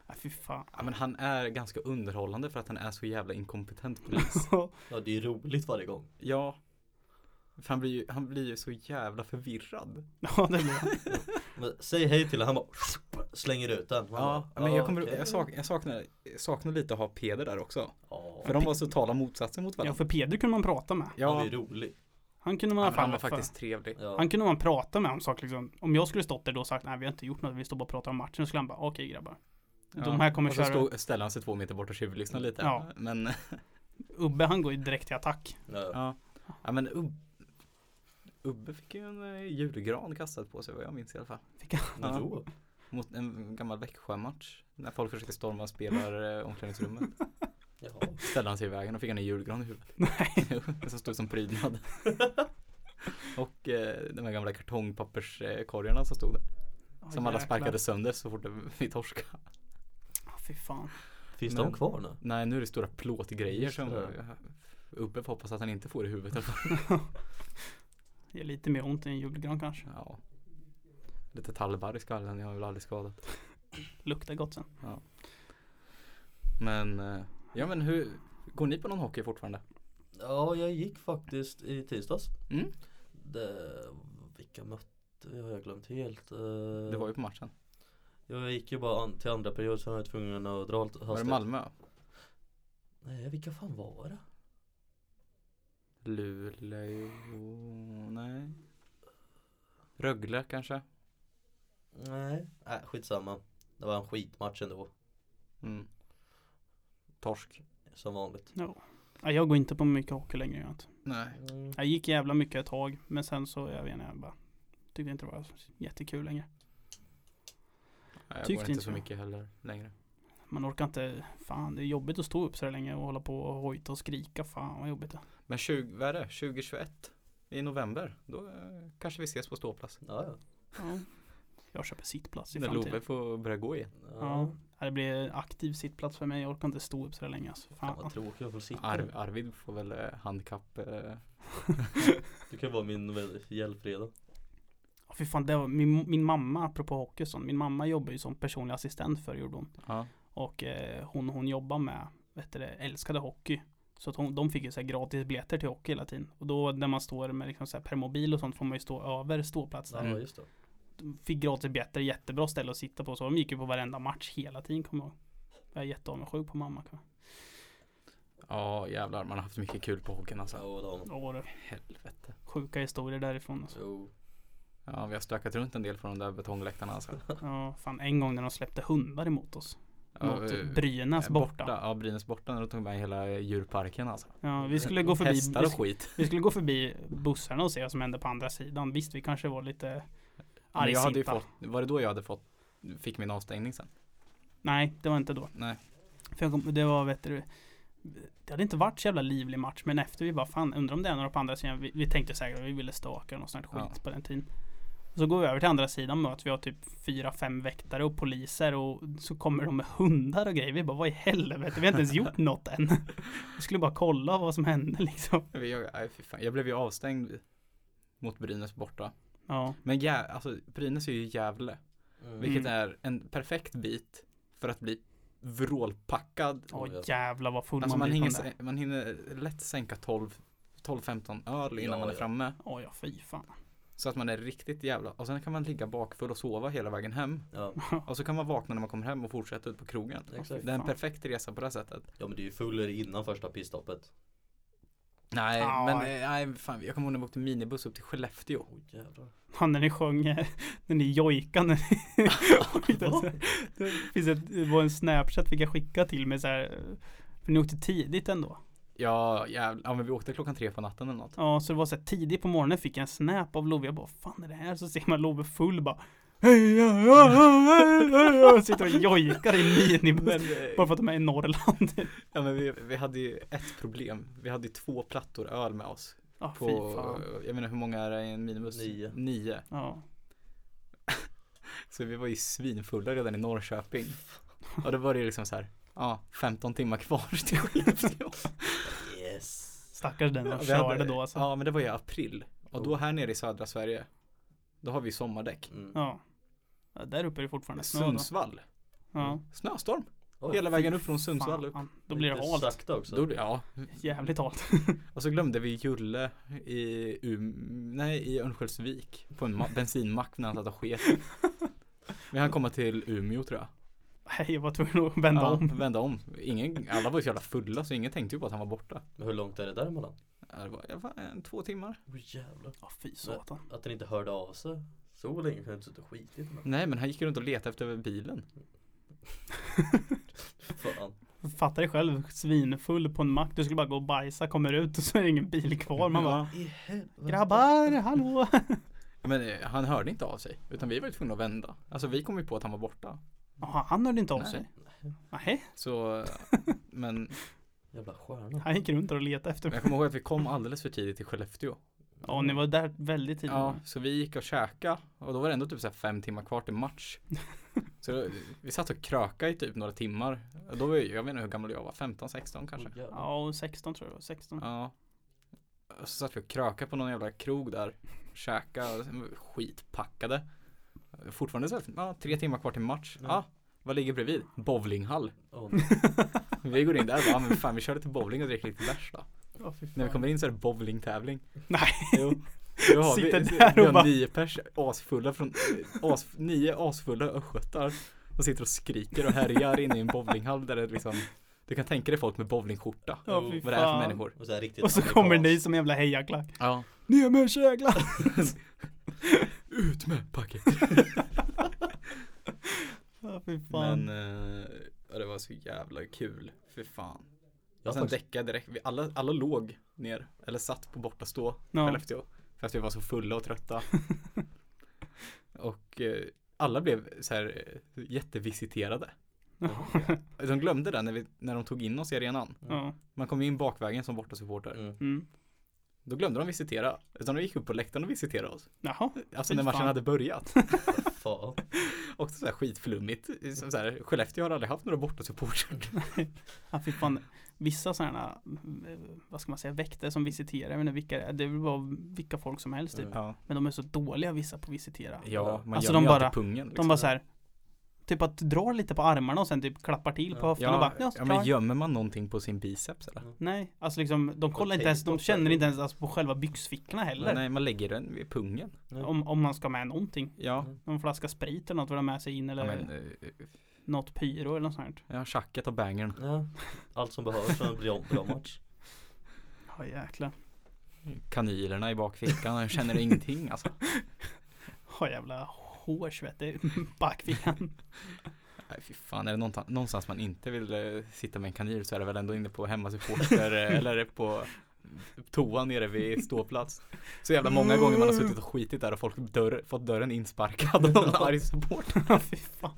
Ja, fy fan. Ja, men han är ganska underhållande för att han är så jävla inkompetent polis. Ja, det är roligt varje gång. Ja. För han blir ju, han blir ju så jävla förvirrad. Ja, det blir han. Men säg hej till honom, han bara slänger ut den. Man Ja, bara, men jag, kommer, okej. jag, sak, jag, saknar, jag saknar lite att ha Peder där också. Ja, För de var så tala motsatser mot Ja, varandra. för Peder kunde man prata med. han Ja, är ju rolig. Han kunde man i ja alla men han fall var för- faktiskt trevlig. Ja. Han kunde man prata med om saker liksom. Om jag skulle stått där då och sagt nej vi har inte gjort något, vi står bara och pratar om matchen. Så skulle han bara okej grabbar. De här kommer och så köra. stå, ställer han sig två meter bort och tjuvlyssnar lite. Ja. Men, Ubbe han går ju direkt till attack. Ja. ja. ja men Ubbe, Ubbe fick ju en eh, julgran kastad på sig vad jag minns i alla fall. Fick han. Men då? Mot en gammal Växjö-match. När folk försökte storma spelar eh, omklädningsrummet. Ja. Ställde han sig i vägen och fick han en julgran i huvudet. Nej. Det som stod som prydnad. Och eh, de här gamla kartongpapperskorgarna som stod där. Ja, Som alla jäklar. sparkade sönder så fort vi torskade. Ja, fy fan. Finns Men- de kvar nu? Nej, nu är det stora plåtgrejer Just som det. Ubbe får hoppas att han inte får i huvudet. i alla fall. Det är lite mer ont än en julgran kanske. Ja. Lite tallbarr i skallen, jag har väl aldrig skadat. Luktar gott sen. Ja. Men, eh, ja men hur, går ni på någon hockey fortfarande? Ja, jag gick faktiskt i tisdags. Mm. Det, vilka mötte vi har jag glömt helt. Eh, Det var ju på matchen. Jag gick ju bara an, till andra period så var jag tvungen att dra lite Var det hastigt. Malmö? Nej, vilka fan var det? Luleå? Nej. Rögle kanske? Nej, äh, skitsamma. Det var en skitmatch ändå. Mm. Torsk? Som vanligt. Ja. Ja, jag går inte på mycket hockey längre. Jag, inte. Nej. Mm. jag gick jävla mycket ett tag. Men sen så, jag vet inte, jag bara tyckte inte det var jättekul längre. Nej, jag Tyckte går inte inte så jag. mycket heller längre. Man orkar inte, fan det är jobbigt att stå upp så här länge och hålla på och hojta och skrika. Fan vad jobbigt det. Men tjugo, vad är det? tjugo tjugoett i november, då eh, kanske vi ses på ståplats. Ja, ja. Ja. Jag köper sittplats i När framtiden. Love får börja gå igen. Ja. Ja, det blir aktiv sittplats för mig. Jag orkar inte stå upp så här länge. Alltså. Fan vad Fan. tråkigt, jag får sitta. Ar- Arvid får väl eh, handikapp. Eh, Du kan vara min väl- hjälpreda. Ja, fy fan, det var min, min mamma, apropå hockey, sån, min mamma jobbar ju som personlig assistent för gjorde hon. ja. Och eh, hon, hon jobbar med, vet du det, älskade hockey. Så att hon, de fick ju så här gratis biljetter till hockey hela tiden. Och då när man står med liksom så här permobil och sånt får man ju stå över ståplats där. Ja, just det. De fick gratis biljetter, jättebra ställe att sitta på. Så de gick ju på varenda match hela tiden, kommer jag ihåg. Jag är jätteavundsjuk på mamma. Kan ja, jävlar. Man har haft mycket kul på hockeyn alltså. Ja, de. jag. Åh, det Helvete. sjuka historier därifrån. Alltså. Jo. Ja, vi har stökat runt en del från de där betongläktarna alltså. Ja, fan en gång när de släppte hundar emot oss. Mot eh, Brynäs eh, borta. Ja, Brynäs borta. När de tog med hela djurparken alltså. Ja, vi skulle gå förbi. Hästar vi och skit. Vi skulle gå förbi bussarna och se vad som hände på andra sidan. Visst, vi kanske var lite Men jag hade ju argsinta. fått, var det då jag hade fått, fick min avstängning sen? Nej, det var inte då. Nej. För jag kom, det var, vet du, det hade inte varit så jävla livlig match, men efter vi bara, fan, undrar om det är några på andra sidan. Vi, vi tänkte säkert att vi ville staka och något sånt skit Ja. på den tiden. Och så går vi över till andra sidan och att vi har typ fyra, fem väktare och poliser och så kommer de med hundar och grejer. Vi bara, vad i helvete? Vi har inte ens gjort något än. Vi skulle bara kolla vad som hände liksom. Jag, nej, fy fan. Jag blev ju avstängd mot Brynäs borta. Ja, Men ja, alltså Brynäs är ju Gävle. Mm. Vilket Mm. är en perfekt bit för att bli vrålpackad. åh ja. jävlar vad full Alltså man man blir hinner, från det. sä- man hinner lätt sänka tolv femton öl innan Ja, man är ja. framme. Åh ja, fy fan. Så att man är riktigt jävla. Och sen kan man ligga bakfull och sova hela vägen hem. Ja. Och så kan man vakna när man kommer hem och fortsätta ut på krogen. Exakt. Det är en Fan. perfekt resa på det sättet. Ja, men det är ju fuller innan första pisstoppet. Nej, Ja. men eh, nej, fan, jag kommer ihåg när vi åkte minibuss upp till Skellefteå. Åh jävlar. Han när ni sjöng, eh, när ni jojkade. När ni, Va? det, finns ett, det var en Snapchat fick jag skicka till mig så här. eh, För ni åkte tidigt ändå. Ja, jävlar. Ja, men vi åkte klockan tre på natten eller något. Ja, så det var så här tidigt på morgonen fick jag en snap av Love. Jag bara, vad fan är det här? Så ser man Love full bara. Hej, ja, ja, ja, ja, ja. Sitter och jojkar i minibuss. Men, eh, Bara för att de är i Norrland. ja, men vi, vi hade ju ett problem. Vi hade ju två plattor öl med oss. Ja, fy På, fan. jag menar hur många är det i en minibuss? Nio. Nio. Ja. Så vi var ju svinfulla redan i Norrköping. Och då var det ju liksom så här, ja, femton timmar kvar till Skellefteå. Yes. Stackars den som Vi körde hade- då alltså. Ja, men det var ju april. Och då här nere i södra Sverige, då har vi sommardäck. Mm. Ja. Ja, där uppe är det fortfarande snö då. Sundsvall, Ja. Snöstorm. Oj, Hela vägen upp från Sundsvall upp. Fan, då blir det lite halt. sakta också. Då, ja. Jävligt halt. Och så glömde vi Julle i, um, nej, i Örnsköldsvik på en ma- bensinmack när han satt och sket. Men han kommer till Umeå tror jag. Nej, jag var tvungen att vända Ja, om. vända om. Ingen, alla var ju så jävla fulla så ingen tänkte ju på att han var borta. Men hur långt är det däremellan? Ja, det var, det var en, två timmar. Åh jävlar. Ja, fy satan. Att den inte hörde av sig. Så länge kunde inte sitta och skit i det. Nej, men han gick runt och letade efter bilen. Fan. Fattar dig själv, svinfull på en mack. Du skulle bara gå och bajsa, kommer ut och så är det ingen bil kvar. Man bara, I helvete. grabbar, hallå. Men eh, han hörde inte av sig. Utan vi var ju tvungna att vända. Alltså vi kom ju på att han var borta. Jaha, han hörde inte av Nej. sig. Nej, Så, men Jävla stjärna. han gick runt och letade efter jag mig. kommer ihåg att vi kom alldeles för tidigt till Skellefteå. Ja, ni var där väldigt tidigt. Ja, så vi gick och käka och då var det ändå typ så här fem timmar kvar till match. Så då, vi satt och kröka i typ några timmar. Och då var jag, jag vet inte hur gammal jag var, femton sexton kanske. Åh, jävlar. Ja, och sexton tror jag var, sexton. Ja. Och så satt vi och kröka på någon jävla krog där. Käka och skitpackade. Fortfarande så här, ja, tre timmar kvar till match. Ja, vad ligger bredvid? Bowlinghall. Åh, Vi går in där och bara, ja, men fan vi körde till bowling och dricker lite bärs då. Ja, fy fan. När vi kommer in så är det bowlingtävling. Nej. Jo. Då har vi, Sitter vi, där vi och har bara- nio pers asfulla från as, nio asfulla östgötar och sitter och skriker och härjar inne i en bowlinghall där det liksom, du kan tänka dig folk med bowlingskjorta. Ja, Jo, fy Vad det är för fan. människor. och så, här riktigt Och så amerikanskt. kommer ni som jävla hejaklack. Ja. Ner med kägla. Ut med packet. Ja, fy fan. Men eh, ja, det var så jävla kul. För fan. Jag Och har sen faktiskt, däckade direkt. Vi alla, alla låg ner. Eller satt på borta stå. Ja. Skellefteå. För att vi var så fulla och trötta. Och eh, alla blev så här eh, jättevisiterade. De glömde det när, vi, när de tog in oss i arenan. Ja. Man kom in bakvägen som borta supporter. mm. Mm. Då glömde de visitera. Utan de gick upp på läktaren och visiterade oss. Jaha. Alltså Fy när matchen fan. hade börjat. Fan. Och så här skitflummigt. Som så här, Skellefteå har aldrig haft några borta supporter. Ja, fy fan. Vissa sådana, eh, vad ska man säga, väktare som visiterar. Jag vet inte vilka det är. Det är väl bara vilka folk som helst typ. Mm. Ja, Men de är så dåliga vissa på att visitera. ja man Alltså, gör de ju bara- alltid pungen. Liksom. De bara så här, typ att dra lite på armarna och sen typ klappar till på Ja. höften och Ja, bara, ja, ja, klar. men gömmer man någonting på sin biceps eller? Nej, alltså liksom, de kollar Och inte ens, tejp de och känner färg. inte ens alltså, på själva byxfickorna heller. Nej, nej, man lägger den vid pungen. Om, om man ska med någonting. Ja, Någon flaska sprit eller något vad de har med sig in eller ja men, eh, något pyro eller något sånt. ja, tjacket och bangern. Ja. Allt som behövs för en bra, bra match. Ja jäklar. Kanylerna i bakfickan, jag känner ingenting alltså. Ja jävla hårsvett i bakfickan. Nej fy fan, är det någonstans, någonstans man inte vill eh, sitta med en kanyl så är det väl ändå inne på hemmasupporter eh, eller på toan nere vid ståplats. Så jävla många gånger man har suttit och skitit där och folk dörr, fått dörren insparkad av någon arg support. Ja fy fan.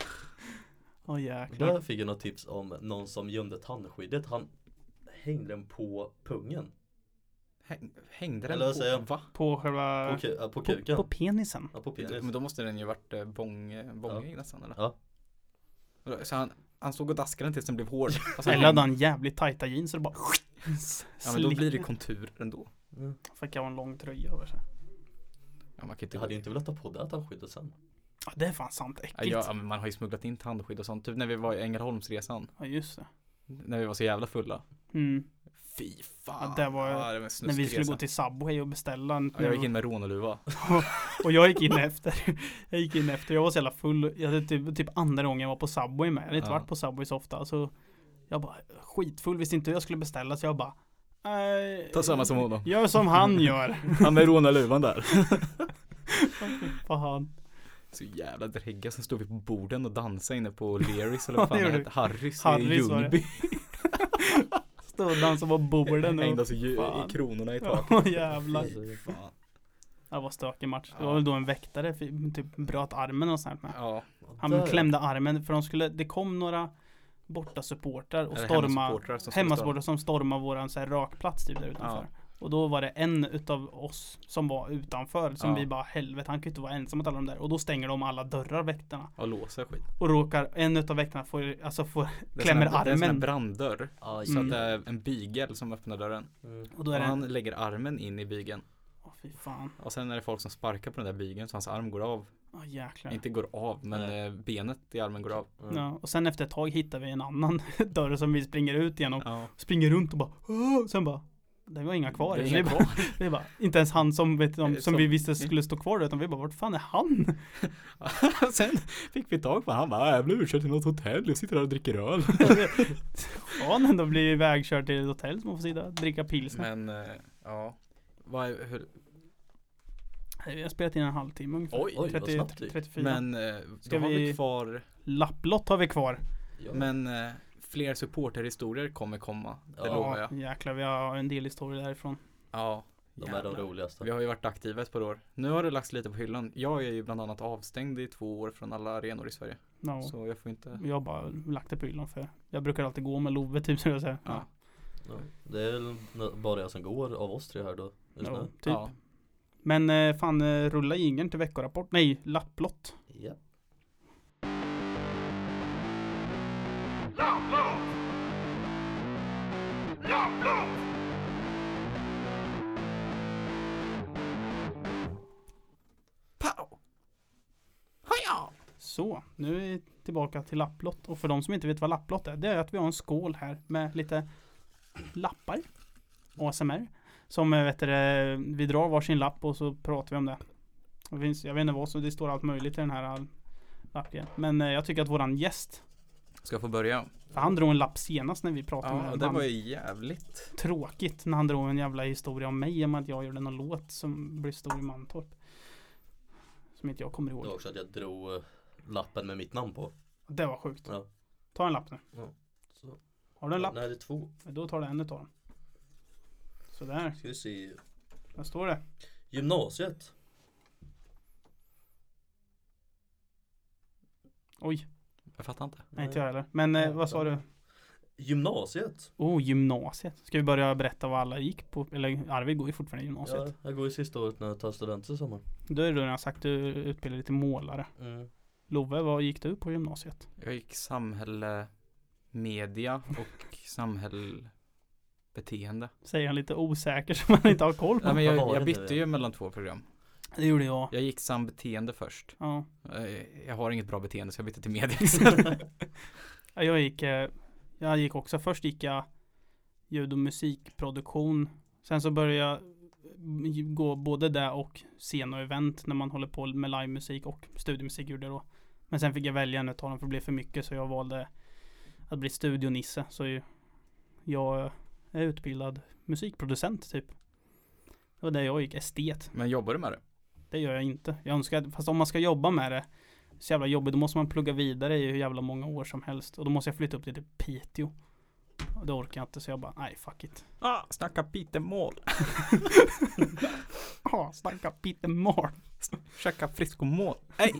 Ja jäklar. Där fick jag något tips om någon som gömde tandskyddet. Han hängde den på pungen. Häng, hängde den Eller vad på, säger jag? va? På själva, På, ku- ja, på på, kuken. på penisen. Ja, på penis. Men då måste den ju varit eh, bång, bångig nästan eller? Ja. Så han, han stod och daskade den tills den blev hård. Alltså, Eller hade han jävligt tajta jeans så det bara ja men då blir det kontur ändå. Mm. Fick jag ha en lång tröja över sig. Ja, man kan inte Jag hade ju inte velat ta på det tandskyddet sen. Ja det är fan sant Ja, äckligt. ja, men man har ju smugglat in tandskydd och sånt. Typ när vi var i Ängelholmsresan. Ja just det. När vi var så jävla fulla. Mm. Fy fan. Ja, det var- ja, det var en När vi snuskig skulle resa. gå till Subway och beställa en, Ja, jag gick in med rånarluva. och jag gick in efter. Jag gick in efter. Jag var så jävla full. Jag hade typ, typ andra gången jag var på Subway med. Jag hade inte Ja. varit på Subway så ofta. Så jag bara skitfull. Visste inte hur jag skulle beställa. Så jag bara äh, Ta samma som honom. gör som han gör. Han med rånarluvan där. Fy fan. Så jävla drägga. Sen stod vi på borden och dansade inne på Learys eller vad Ja, fan det det gjorde hette. Harrys i Harrys var det. Ljungby. Stod och dansade på borden. Och, Hängde alltså ju, fan. i kronorna i taket. ja jävlar. Fy fan. Det var stökig match. Det Ja. var väl då en väktare för- typ bröt armen och sånt med. Ja. Han Där. klämde armen för de skulle, det kom några borta supportrar och Eller storma hemmasupportrar som skulle hemmasupportrar som stormade våran så här rakplats typ där utanför. Ja. Och då var det en utav oss som var utanför som Ja. vi bara helvete han kan ju inte vara ensam mot alla de där och då stänger de alla dörrar väktarna Och låser skit. och råkar en utav väktarna får alltså får Det är klämmer sån här- Det är en sån här armen branddörr. Aj. Så Mm. att det är en bygel som öppnar dörren. Mm. och då är Och det han lägger armen in i bygeln. Åh, fy fan. Och sen är det folk som sparkar på den där bygeln så hans arm går av. Åh jäklar. Inte går av, men Nej. eh, benet i armen går av. Mm. Ja, och sen efter ett tag hittar vi en annan dörr som vi springer ut genom. Ja. Springer runt och bara Åh! Sen bara det var inga kvar. Det är Så inga vi bara, kvar. vi bara, inte ens han som, vet, som, som Som- vi visste skulle stå kvar utan vi bara, vart fan är han? Sen fick vi tag på han bara, jag blev utkörd till något hotell, jag sitter där och dricker öl. Ja, han ändå blir ivägkörd till ett hotell som man får sitta och dricka pilsner. Men, eh, ja. Vad, är- hur, Vi har spelat in en halvtimme ungefär. oj, Oj, vad trettio, snabbt det gick. trettiofyra. men eh, Ska då har vi vi- kvar, Lapplott har vi kvar. Ja. men eh, fler supporterhistorier kommer komma, det Ja. lovar jag. Jäklar, vi har en del historier därifrån. Ja, De är de Jävlar. roligaste. vi har ju varit aktiva ett par år. Nu har det lagts lite på hyllan. Jag är ju bland annat avstängd i två år från alla arenor i Sverige. Ja. Så jag får inte, Jag har bara lagt det på hyllan för jag brukar alltid gå med Love typ så jag säger. ja. Ja. Det är väl n- bara jag som går av oss tre här då. Just Ja, nu. typ. Ja. Men eh, fan, eh, rulla jingeln till veckorapport. Nej, lapplott. Ja. Pow! Haja! Så, nu är vi tillbaka till lapplott. Och för de som inte vet vad lapplott är, det är att vi har en skål här med lite lappar. A S M R. Som eh, vet du, det, vi drar varsin lapp och så pratar vi om det. Det finns, jag vet inte vad, så det står allt möjligt i den här all- lappen. Men eh, jag tycker att våran gäst, Ska jag få börja? för han drog en lapp senast när vi pratade med Ja, honom. det Han- var ju jävligt. Tråkigt när han drog en jävla historia om mig om att jag gjorde någon låt som blev stor i Mantorp. Som inte jag kommer ihåg. Det var också att jag drog eh, lappen med mitt namn på. Det var sjukt. Ja. Ta en lapp nu. Så. Har du en lapp? Nej, det är två. Då tar du en utav dem. Sådär. Ska vi se. Vad står det? Gymnasiet. Oj, Jag fattar inte. nej inte jag heller. Men eh, vad sa du? Gymnasiet. Oh, gymnasiet. Ska vi börja berätta vad alla gick på? Eller Arvid går ju fortfarande i gymnasiet. Ja, jag går i sista året när jag tar studenten i sommar. Då är det redan sagt, du utbildar dig till målare. Mm. Love, vad gick du på gymnasiet? Jag gick samhälle, media och samhällsbeteende. Säger han lite osäker som man inte har koll på. Nej, men Vad jag, var jag det bytte nu? ju mellan två program. Det gjorde jag. Jag gick sambeteende först. Ja. Eh, Jag har inget bra beteende så jag bytte till media istället. Ja, jag gick, eh, jag gick också, först gick jag ljud och musikproduktion. Sen så började jag mm, gå både där och scen och event när man håller på med livemusik och studiemusik gjorde jag då. Men sen fick jag välja en utav dem för det blev för mycket så jag valde att bli studionisse. Så ju- jag är utbildad musikproducent typ. Det var där jag gick, estet. Men jobbar du med det? Det gör jag inte. Jag önskar, fast om man ska jobba med det så jävla jobbigt, då måste man plugga vidare i hur jävla många år som helst. Och då måste jag flytta upp det till Piteå. Och det orkar jag inte, så jag bara, nej fuck it. Ah, snacka pitemål. Ja, snacka Peter Moore. Käka friskomål. Nej.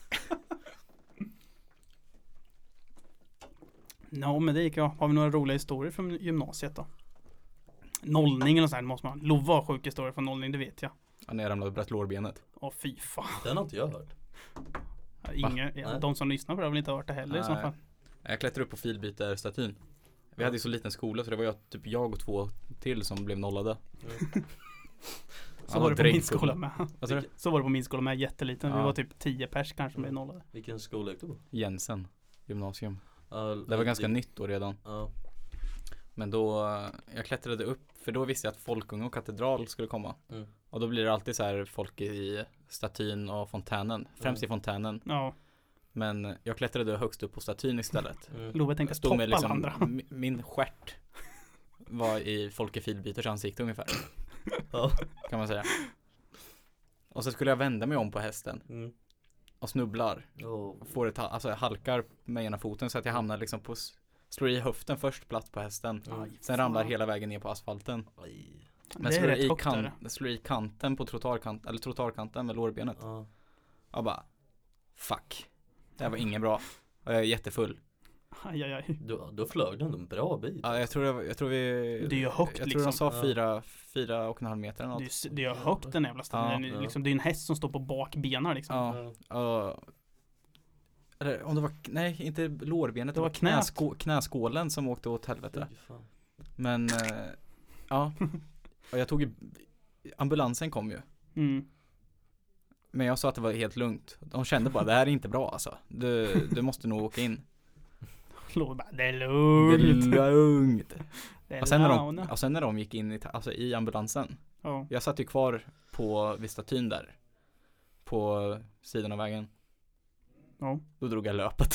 Ja, men det gick jag. Har vi några roliga historier från gymnasiet då? Nollning eller sånt måste man. Lova har sjuk historia från nollning, det vet jag. Ja, när jag ramlade och bröt lårbenet. Åh fy fan. Den har inte jag hört. Ingen, ja, Nej. de som lyssnar på det har väl inte hört det heller i så Nej. fall. Jag klättrade upp på filbytarstatyn. Vi hade ju så liten skola så det var jag, typ jag och två till som blev nollade. Mm. Så Han var det på drängd min skola med. Vad sa du? Så var det på min skola med, jätteliten. Vi Ja. var typ tio pers kanske som blev nollade. Vilken skola gick du på? Jensen gymnasium. Ja, Det var ganska det- nytt då redan. Ja. Men då, eh, jag klättrade upp för då visste jag att Folkunge och katedral skulle komma. Mm. Och då blir det alltid så här folk i statyn och fontänen. Främst i fontänen. Ja, Men jag klättrade högst upp på statyn istället. Mm. Love tänkte Jag stod toppa med alla liksom, andra. m- min stjärt var i Folke Filbyters ansikte ungefär. Ja. Kan man säga. Och så skulle jag vända mig om på hästen. Mm. Och snubblar. Oh. Får ett, ha- alltså jag halkar med ena foten så att jag hamnar liksom på, s- slår i höften först platt på hästen. Mm. Sen ramlar hela vägen ner på asfalten. Aj. Men Det är slår rätt i, högt kan, där. slår i kanten på trottoarkant, eller trottoarkanten med lårbenet. Ja. Jag bara, fuck. Det här var ingen bra. Och jag är jättefull. Aj, aj, aj. Då, då flög den en bra bit. Ja, jag tror, det var, jag tror vi... Det är ju högt, Jag tror de liksom. sa Ja. fyra, fyra och en halv meter eller Det är, något. ju- det är ju högt den jävla staden. Ja. Det är liksom, det är en häst som står på bakbenen liksom. Ja, Ja. och, eller om det var, nej inte lårbenet, Det det var var knät. knäskå, knäskålen som åkte åt helvete. Fy fan. Men, eh, ja. Och jag tog ju, ambulansen kom ju. Mm. Men jag sa att det var helt lugnt. De kände bara, det här är inte bra alltså. Du, du måste nog åka in. Låg bara, det är Det är lugnt. lugnt. Det är Och sen, när de, launa. och sen när de gick in i, ta- alltså i ambulansen. Ja. Jag satt ju kvar på vid statyn där. På sidan av vägen. Ja. Då drog jag löpet.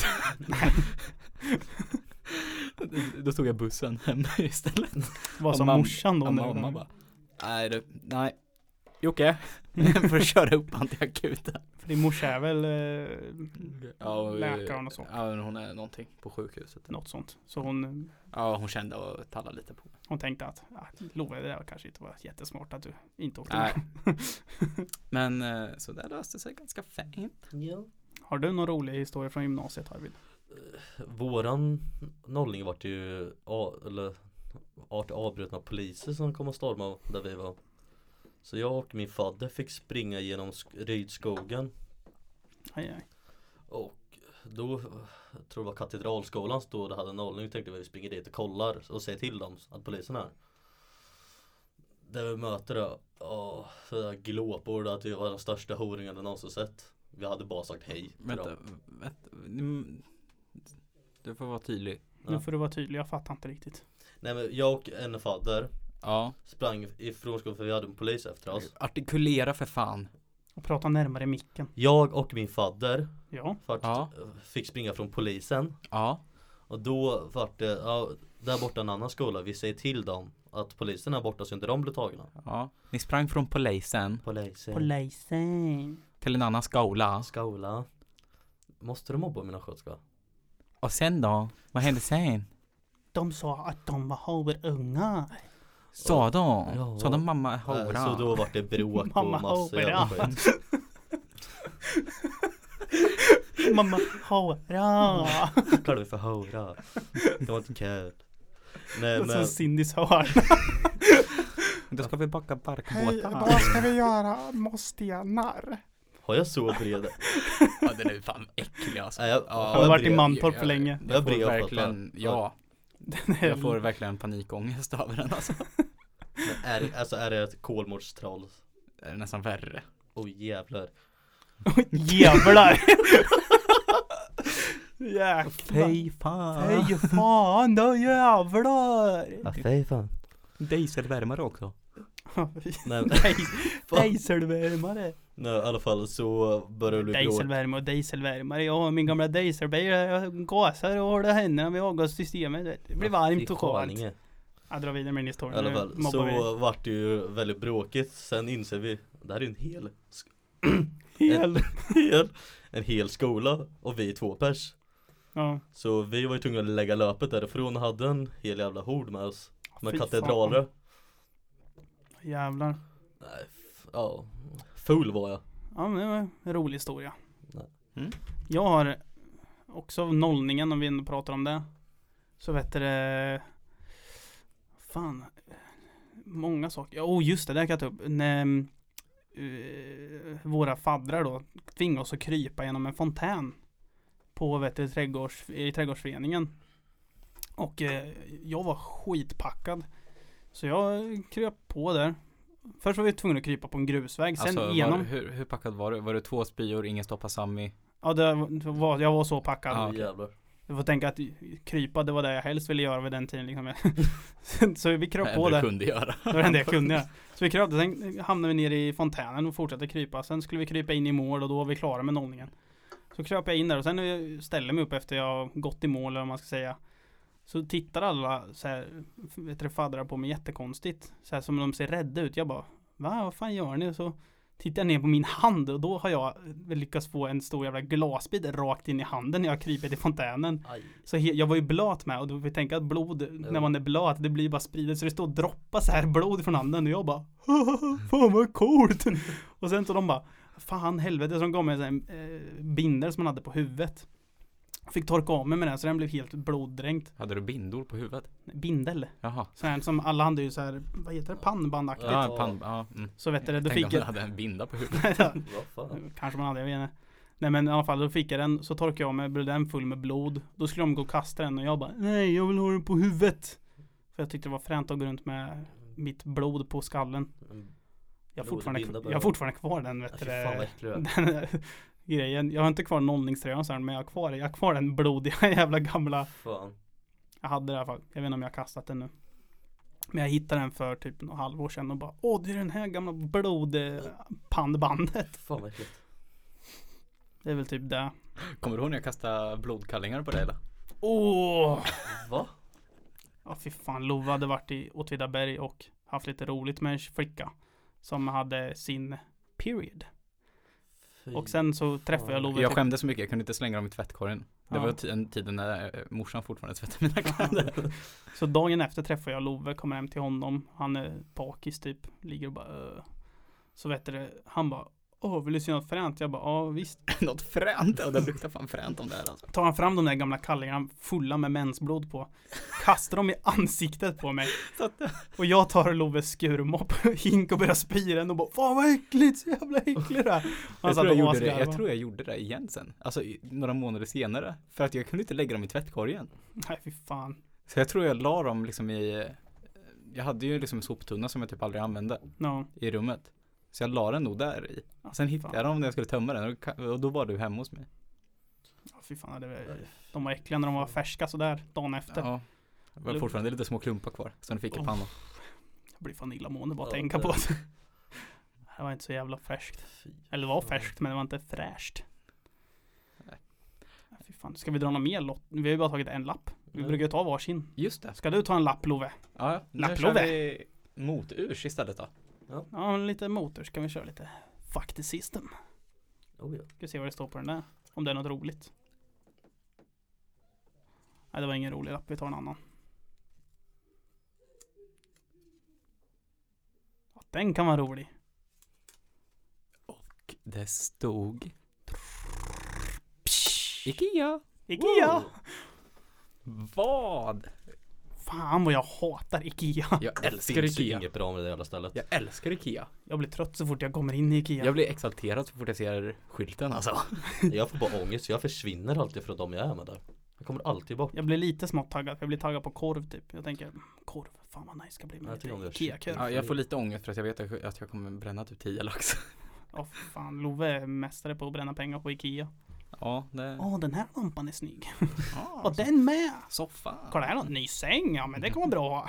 Då tog jag bussen hem istället. Var Och som mam- morsan då. och när mamma det- bara, nej du, nej. Jocke, för att köra upp han till akuten. För din morsa är väl eh, Ja, och, läkaren och så. Ja, men hon är någonting på sjukhuset. Något sånt. Så hon, Ja, hon kände och tallade lite på mig. hon tänkte att ah, Love, det där kanske inte var jättesmart att du inte åkte Nej. med. Men eh, så det löste sig ganska fint. Ja. Har du någon rolig historia från gymnasiet, Arvid? Våran nollning vart ju a, eller art avbrutna poliser som kom och stormade där vi var. Så jag och min fadder fick springa genom sk- Rydskogen. Aj, aj. Och då, jag tror det var Katedralskolan stod och hade nollning. Tänkte vi springer dit och kollar och säger till dem att polisen är. Där vi möter det, åh, så där glåpord att vi var de största horingarna någonsin sett. Vi hade bara sagt hej till Vänta, dem. vänta. mm, Du får vara tydlig. Ja. Nu får du vara tydlig, jag fattar inte riktigt. Nej men jag och en fadder Ja. sprang ifrån skolan för vi hade en polis efter oss. Artikulera för fan. Och prata närmare micken. Jag och min fadder Ja. vart, Ja. fick springa från polisen. Ja. Och då vart det, ja, där borta en annan skola. Vi säger till dem att polisen är borta så inte de blir tagna. Ja. Ni sprang från polisen Polisen. Polisen. till en annan skola. Skola. Måste du mobba mina skötska? Och sen då? Vad hände sen? De sa att de var horungar. Sa de? Ja. Sa de mamma är Äh, hora? Så då vart det bråk och Mamma massa jävla hora. skit. Mamma hora. Kallar vi för hora. Det var inte kul. Nej Och så men Cindys hör. Då ska vi baka Hej, barkbåtar. vad ska vi göra? Måstenar. har jag så bred? Ja, den är fan äcklig alltså. Nej, jag, Ja, Har du varit i bred- Mantorp för länge? Jag, Jag får blir verkligen, uppfattar. ja. Den är Jag får verkligen panikångest över den alltså. Men är, det- alltså är det ett kolmårdstroll? Det är nästan värre. Oj jävlar. jävlar. Jäklar. Fy fan. Fy fan då jävlar. Ja fy fan. Dieselvärmare också. Nej, Dieselvärmare. nej i alla fall så börjar det bli bråk. Dieselvärme och dieselvärmare. Jag har min gamla dieselbil. Jag gasar och håller händerna vid avgassystemet. Det blir varmt och skönt. Jag drar vidare med min I historia. alla Nu fall mobbar vi. så vart det ju väldigt bråkigt. Sen inser vi, det här är en hel Hel. hel, en hel skola och vi är två pers. Ja. Så vi var ju tvungna att lägga löpet därifrån och hade en hel jävla hord med oss. Med Fy katedraler. Jävlar. Nej, f- ja. Full var jag. Ja, men det var en rolig historia. Nej. Mm. Jag har också nollningen, om vi ändå pratar om det. Så vet det. Fan. Många saker. Oh, just det, där kan jag ta upp. När, uh, våra faddrar då tvingade oss att krypa genom en fontän. På vet du, trädgårds, i trädgårdsföreningen. Och eh, jag var skitpackad. Så jag kröp på där. Först var vi tvungna att krypa på en grusväg. Sen Alltså, genom. var, hur, hur packad var du? Var det två spyor, ingen stoppa Sammy? Ja, det var, jag var så packad. Ja, Ja, okej. jävlar. Du får tänka att krypa, det var det jag helst ville göra vid den tiden liksom. Så vi kröp på det där. kunde göra. Det var det enda jag kunde göra. Så vi kröpte, sen hamnade vi ner i fontänen och fortsatte krypa. Sen skulle vi krypa in i mål och då var vi klara med nollningen. Så kröp jag in där och sen när jag ställde mig upp efter jag gått i mål eller vad man ska säga. Så tittar alla så här, vet du, faddrar på mig jättekonstigt. Så här som de ser rädda ut. Jag bara, va? Vad fan gör ni? Och så tittar jag ner på min hand och då har jag lyckats få en stor jävla glasbit rakt in i handen när jag kryper i fontänen. Aj. Så he- jag var ju blöt med och då får vi tänka att blod, när man är blöt, det blir bara spridet så det står och droppar så här blod från handen och jag bara fan vad coolt. Och sen så de bara fan helvete, som gav mig en eh, binder som man hade på huvudet. Fick torka av mig med den så den blev helt bloddränkt. Hade du bindor på huvudet? Bindel. Jaha. Så här som alla hade ju så här, vad heter det, pannbandaktigt. Ja, Ja. pan, ja. Mm. Så vet du det, då Tänkte fick om du jag hade en binda på huvudet. Vad fan? kanske man hade, jag vet inte. Nej men i alla fall, då fick jag den, så torkade jag av mig, blev den full med blod. Då skulle de gå och kasta den och jag bara, nej jag vill ha den på huvudet. För jag tyckte det var fränt att gå runt med mitt blod på skallen. Jag har fortfarande, Blodbinda jag har fortfarande kvar den, vet Ja, du, fy fan vad äcklig du är. den där grejen. Jag har inte kvar nollningströjan sen, men jag har kvar, jag har kvar den blodiga jävla gamla. Fan. Jag hade det i alla fall. Jag vet inte om jag har kastat den nu. Men jag hittade den för typ något halvår sedan och bara, åh, det är den här gamla blodpannbandet. Fan vad äckligt. Det är väl typ det. Kommer du ihåg när jag kastade blodkallingar på dig eller? Åh! Va? Ja, fy fan. Love hade varit i Åtvidaberg och haft lite roligt med en flicka som hade sin period. Fy. Och sen så träffade jag Love. Jag skämdes så mycket, jag kunde inte slänga dem i tvättkorgen. Det Ja. var t- en tid när eh, morsan fortfarande tvättade mina kläder. Så dagen efter träffade jag Love, kommer hem till honom. Han är bakis typ, ligger och bara uh. Så vet du, han bara, åh, vill du se något fränt? Jag bara, ja visst. Något fränt, och det luktar fan fränt om det här alltså. Tar han fram de där gamla kallingarna fulla med mensblod på. Kastar dem i ansiktet på mig. Så att, Och jag tar Loves skurmopp, hink och börjar spy den och bara, fan vad äckligt, så jävla äckligt det här. Han jag, satt tror jag, och gjorde det, asgarvade. jag tror jag gjorde det igen sen. Alltså i- några månader senare. För att jag kunde inte lägga dem i tvättkorgen. Nej fy fan. Så jag tror jag la dem liksom i eh, jag hade ju liksom en soptunna som jag typ aldrig använde No. i rummet. Så jag la den nog där i. Sen hittade jag dem när jag skulle tömma den och ka- och då var du hemma hos mig. Ja, fy fan, det var, de var äckliga när de var färska sådär dagen efter. Ja. Det var fortfarande lite små klumpar kvar som du fick i Oh. pannan. Jag blir fan illamående bara att Ja, tänka det- på det. Det var inte så jävla färskt. Fy. Eller det var färskt, men det var inte fräscht. Nej. Ja, fy fan. Ska vi dra någon mer lott? Vi har ju bara tagit en lapp. Vi Mm. brukar ju ta varsin. Just det. Ska du ta en lapp, Love? Ja, ja. Nu Lapplove. kör vi moturs istället då. Ja, lite motor. Ska vi köra lite Fuck the system. Oh, ja. Ska vi se vad det står på den där. Om det är något roligt. Nej, det var ingen rolig lapp. Vi tar en annan. Ja, den kan vara rolig. Och det stod Ikea. Ikea! Vad? Fan vad jag hatar Ikea. Jag Det älskar finns ju Ikea. inget bra med det jävla stället. Jag älskar Ikea. Jag blir trött så fort jag kommer in i Ikea. Jag blir exalterad så fort jag ser skylten alltså. Jag får bara ångest, jag försvinner alltid från dem jag är med där. Jag kommer alltid bort. Jag blir lite smått taggad. Jag blir taggad på korv typ. Jag tänker, korv, fan vad nice ska bli med Jag tycker om lite det. Ikea-korv. Ja, jag får lite ångest för att jag vet att jag kommer bränna typ tio lax. Åh fan, Love är mästare på att bränna pengar på Ikea. Ja, det... Åh, den här lampan är snygg. Ja, Och så- den med. Soffa. Kolla här, en ny säng. Ja, men det kommer bra.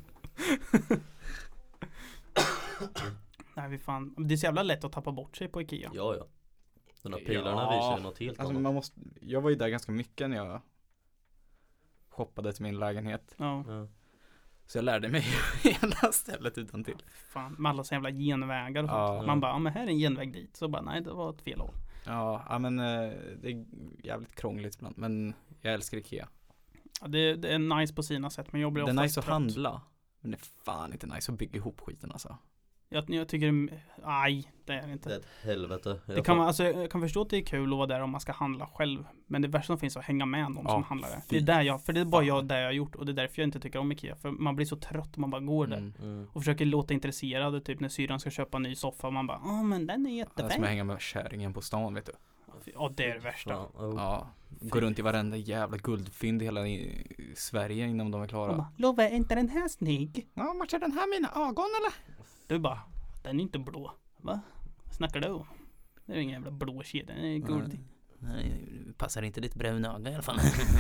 Nej, vi fan. Det är så jävla lätt att tappa bort sig på Ikea. Ja, ja. De här pilarna Ja. visar ju något helt Alltså, annat. man måste... Jag var ju där ganska mycket när jag shoppade till min lägenhet. Ja, Ja. Så jag lärde mig hela stället utan till. fan. Med alla så jävla genvägar och Ja. sånt. Man bara, ja, men här är en genväg dit. Så bara, nej, det var ett fel håll. Ja, ja men eh, det är jävligt krångligt ibland. Men jag älskar Ikea. Ja, det, det är nice på sina sätt, men jag blir Det är oftast nice att trött. handla. Men det är fan inte nice att bygga ihop skiten alltså. Jag, jag tycker det är, aj, det är det inte. Det är ett helvete. Jag Det kan man, alltså, jag kan förstå att det är kul att vara där om man ska handla själv. Men det värsta som finns är att hänga med någon Ja, som handlar där. Det fy är där jag, för det är bara fan. jag där jag har gjort. Och det är därför jag inte tycker om Ikea. För man blir så trött om man bara går där. Mm. Mm. Och försöker låta intresserad. Typ när syrran ska köpa en ny soffa. Och man bara, ja men den är Det är som att jättefin. hänga med kärringen på stan vet du. Ja, det är det värsta. Fan, oh. Ja, gå runt i varenda jävla guldfynd i hela i Sverige innan de är Man klara. bara, Love, är inte den här snygg? Ja, matchar den här mina ögon eller? Du bara, den är inte blå. Va? Vad snackar du om? Det är ingen jävla blå kedja, den är guld. Nej, passar inte ditt bruna öga i alla fall.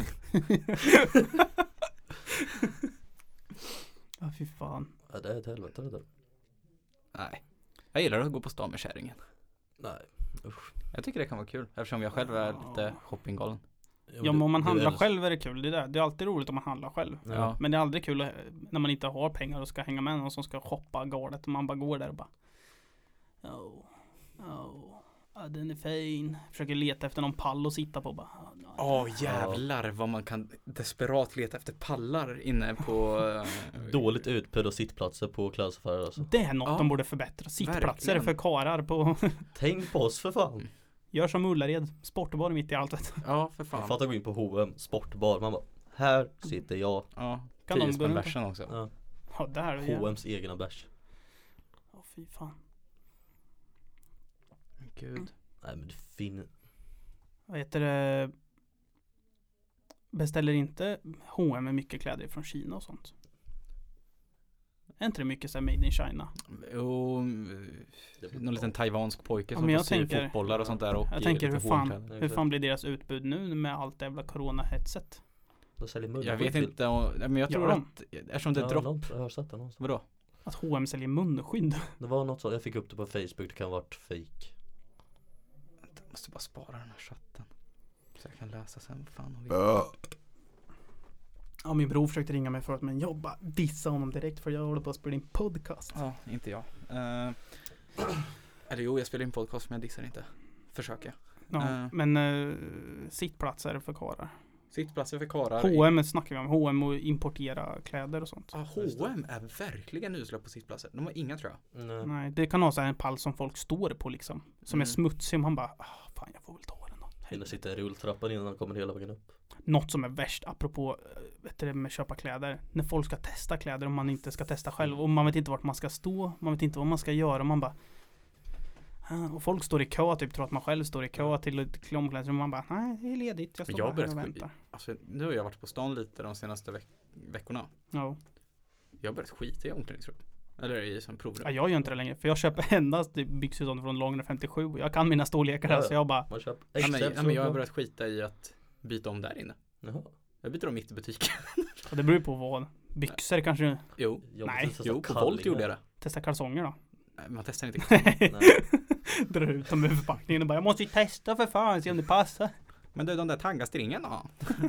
Ja, fy fan. Ja, det är ett helvete det där. Nej, jag gillar att gå på stan med kärringen. Nej. Usch. Jag tycker det kan vara kul eftersom jag själv är lite shoppinggalen. Ja, men om man du handlar är- själv är det kul. Det är, där. Det är alltid roligt om man handlar själv. Ja. Men det är aldrig kul att- när man inte har pengar och ska hänga med någon som ska shoppa galet. Och man bara går där och bara, oh, oh, ja, den är fin. Försöker leta efter någon pall att sitta på. Bara, oh, Åh oh, jävlar vad man kan desperat leta efter pallar inne på... eh, Dåligt utbud och sittplatser på klädesaffärer alltså. det är något Ja, de borde förbättra. Sittplatser verkligen. för karar på... Tänk på oss för fan. Gör som Ullared. Sportbar mitt i allt. vet du. Ja, för Man fan. fattar gå in på H och M, sportbar. Man bara, här sitter jag. Ja, Kan de tio gå spänn runt? bärsen också. Ja. Ja, där. H Ja. och M's egna bärs. Åh, fy fan. Gud. Nej men det finns. Vad heter det? Beställer inte H och M med mycket kläder från Kina och sånt? Är inte det mycket så här made in China? Jo, någon liten taiwansk pojke Ja, som men får jag sy tänker- fotbollar och sånt där. Och Jag i tänker hur lite fan, hårdkläder. hur fan blir deras utbud nu med allt jävla corona-hetset? De säljer munskydd. Jag vet inte, om, men jag Gör tror de? att eftersom det Ja, dropp... något, jag har sett det någonstans. Vadå? Att H och M säljer munskydd. Det var något så, jag fick upp det på Facebook, det kan ha varit fake. Jag måste bara spara den här chatten. Så jag kan läsa sen. Fan, och vi... Ja, min bror försökte ringa mig förut, men jag bara dissa honom direkt för jag håller på att spela in podcast. Ja, inte jag. Uh, eller jo, jag spelar in podcast men jag dissar inte. Försöker. Ja, Eh. men uh, sittplatser för karlar. Sittplatser för karlar. H och M snackar vi om. H och M och importera kläder och sånt. Ja, H och M är verkligen usla på sittplatser. De har inga, tror jag. Nej. Nej, det kan ha så här en pall som folk står på liksom. Som är Mm. smutsig och man bara, ah, fan jag får väl ta den då. Hinner sitta i rulltrappan innan han kommer hela vägen upp. Något som är värst apropå eh, vet du, det med köpa kläder. När folk ska testa kläder och man inte ska testa själv. Och man vet inte vart man ska stå. Man vet inte vad man ska göra. Man bara ah, och folk står i kö, typ tror att man själv står i kö till ett omklädningsrum. Man bara, nej det är ledigt. Jag står Jag har bara här och börjat- väntar. Alltså, nu har jag varit på stan lite de senaste veck- veckorna. Ja. Jag har börjat skita i omklädningsrum. Eller i som provrum. Ja, jag gör inte det längre. För jag köper endast byxor sånt från Långra femtiosju. Jag kan mina storlekar här Ja, ja. så jag bara, Man köper Ja, men, except ja, men jag har så- börjat skita i att byta om där inne. Jaha. Jag byter om mitt i butiken. och det beror ju på vad. Byxor kanske, Jo, Jag Nej. måste testa jo på kallingar. Volt gjorde jag det. testa kalsonger då. Nej, man testar inte kalsonger. Nej. Drar ut dem ur förpackningen och bara, jag måste ju testa för fan, se om det passar. Men du, de där tangastringarna.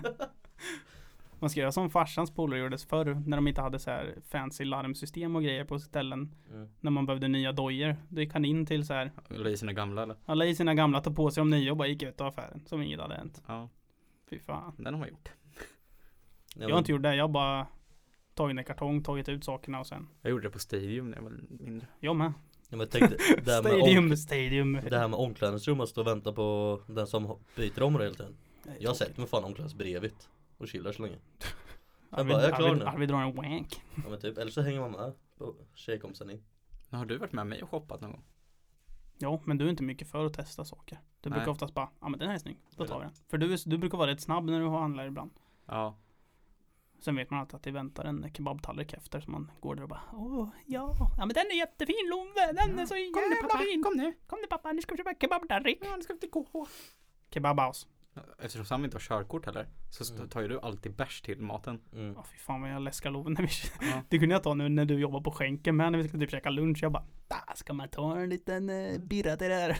Man ska göra som farsans polare gjorde förr när de inte hade så här fancy larmsystem och grejer på ställen. Mm. När man behövde nya dojor. Då gick han in till så här, Eller i sina gamla eller? alla i sina gamla tog på sig de nya och bara gick ut av affären. Som inget hade hänt. Ja, Fy fan. den har man gjort. Ja, Jag har inte gjort det, jag har bara tagit en kartong, tagit ut sakerna och sen. Jag gjorde det på Stadium när jag var mindre. Jag med. Ja, men jag tänkte, det här med Stadium, omk- stadium. det här med omklädningsrum och stå och vänta på den som byter om hela tiden. Jag har sett mig fan omklädnas bredvid och chillar så länge. Jag Arvid, bara, jag är klar Arvid, nu. Arvid drar en wank. Ja, men typ, eller så hänger man med på tjejkompisar in. Men har du varit med mig och shoppat någon gång? Ja, men du är inte mycket för att testa saker. Du brukar Nej. oftast bara, ja men den här är snygg, då tar vi den. För du, är- du brukar vara rätt snabb när du handlar ibland. Ja. Sen vet man alltid att det väntar en kebabtallrik efter som man går där och bara, åh ja, ja men den är jättefin Love, den är så jävla fin. kom nu. Kom nu pappa, nu ska vi köpa kebabtallrik. Ja, nu ska vi till K H. Kebabhouse. Eftersom Sam inte har körkort heller så Mm. tar ju du alltid bärs till maten. Mm. Ja fy fan vad jag läskar Love när vi Ja. Det kunde jag ta nu när du jobbar på skänken med när vi ska typ käka lunch. Jag bara, "Da, ska man ta en liten eh, birra till det här?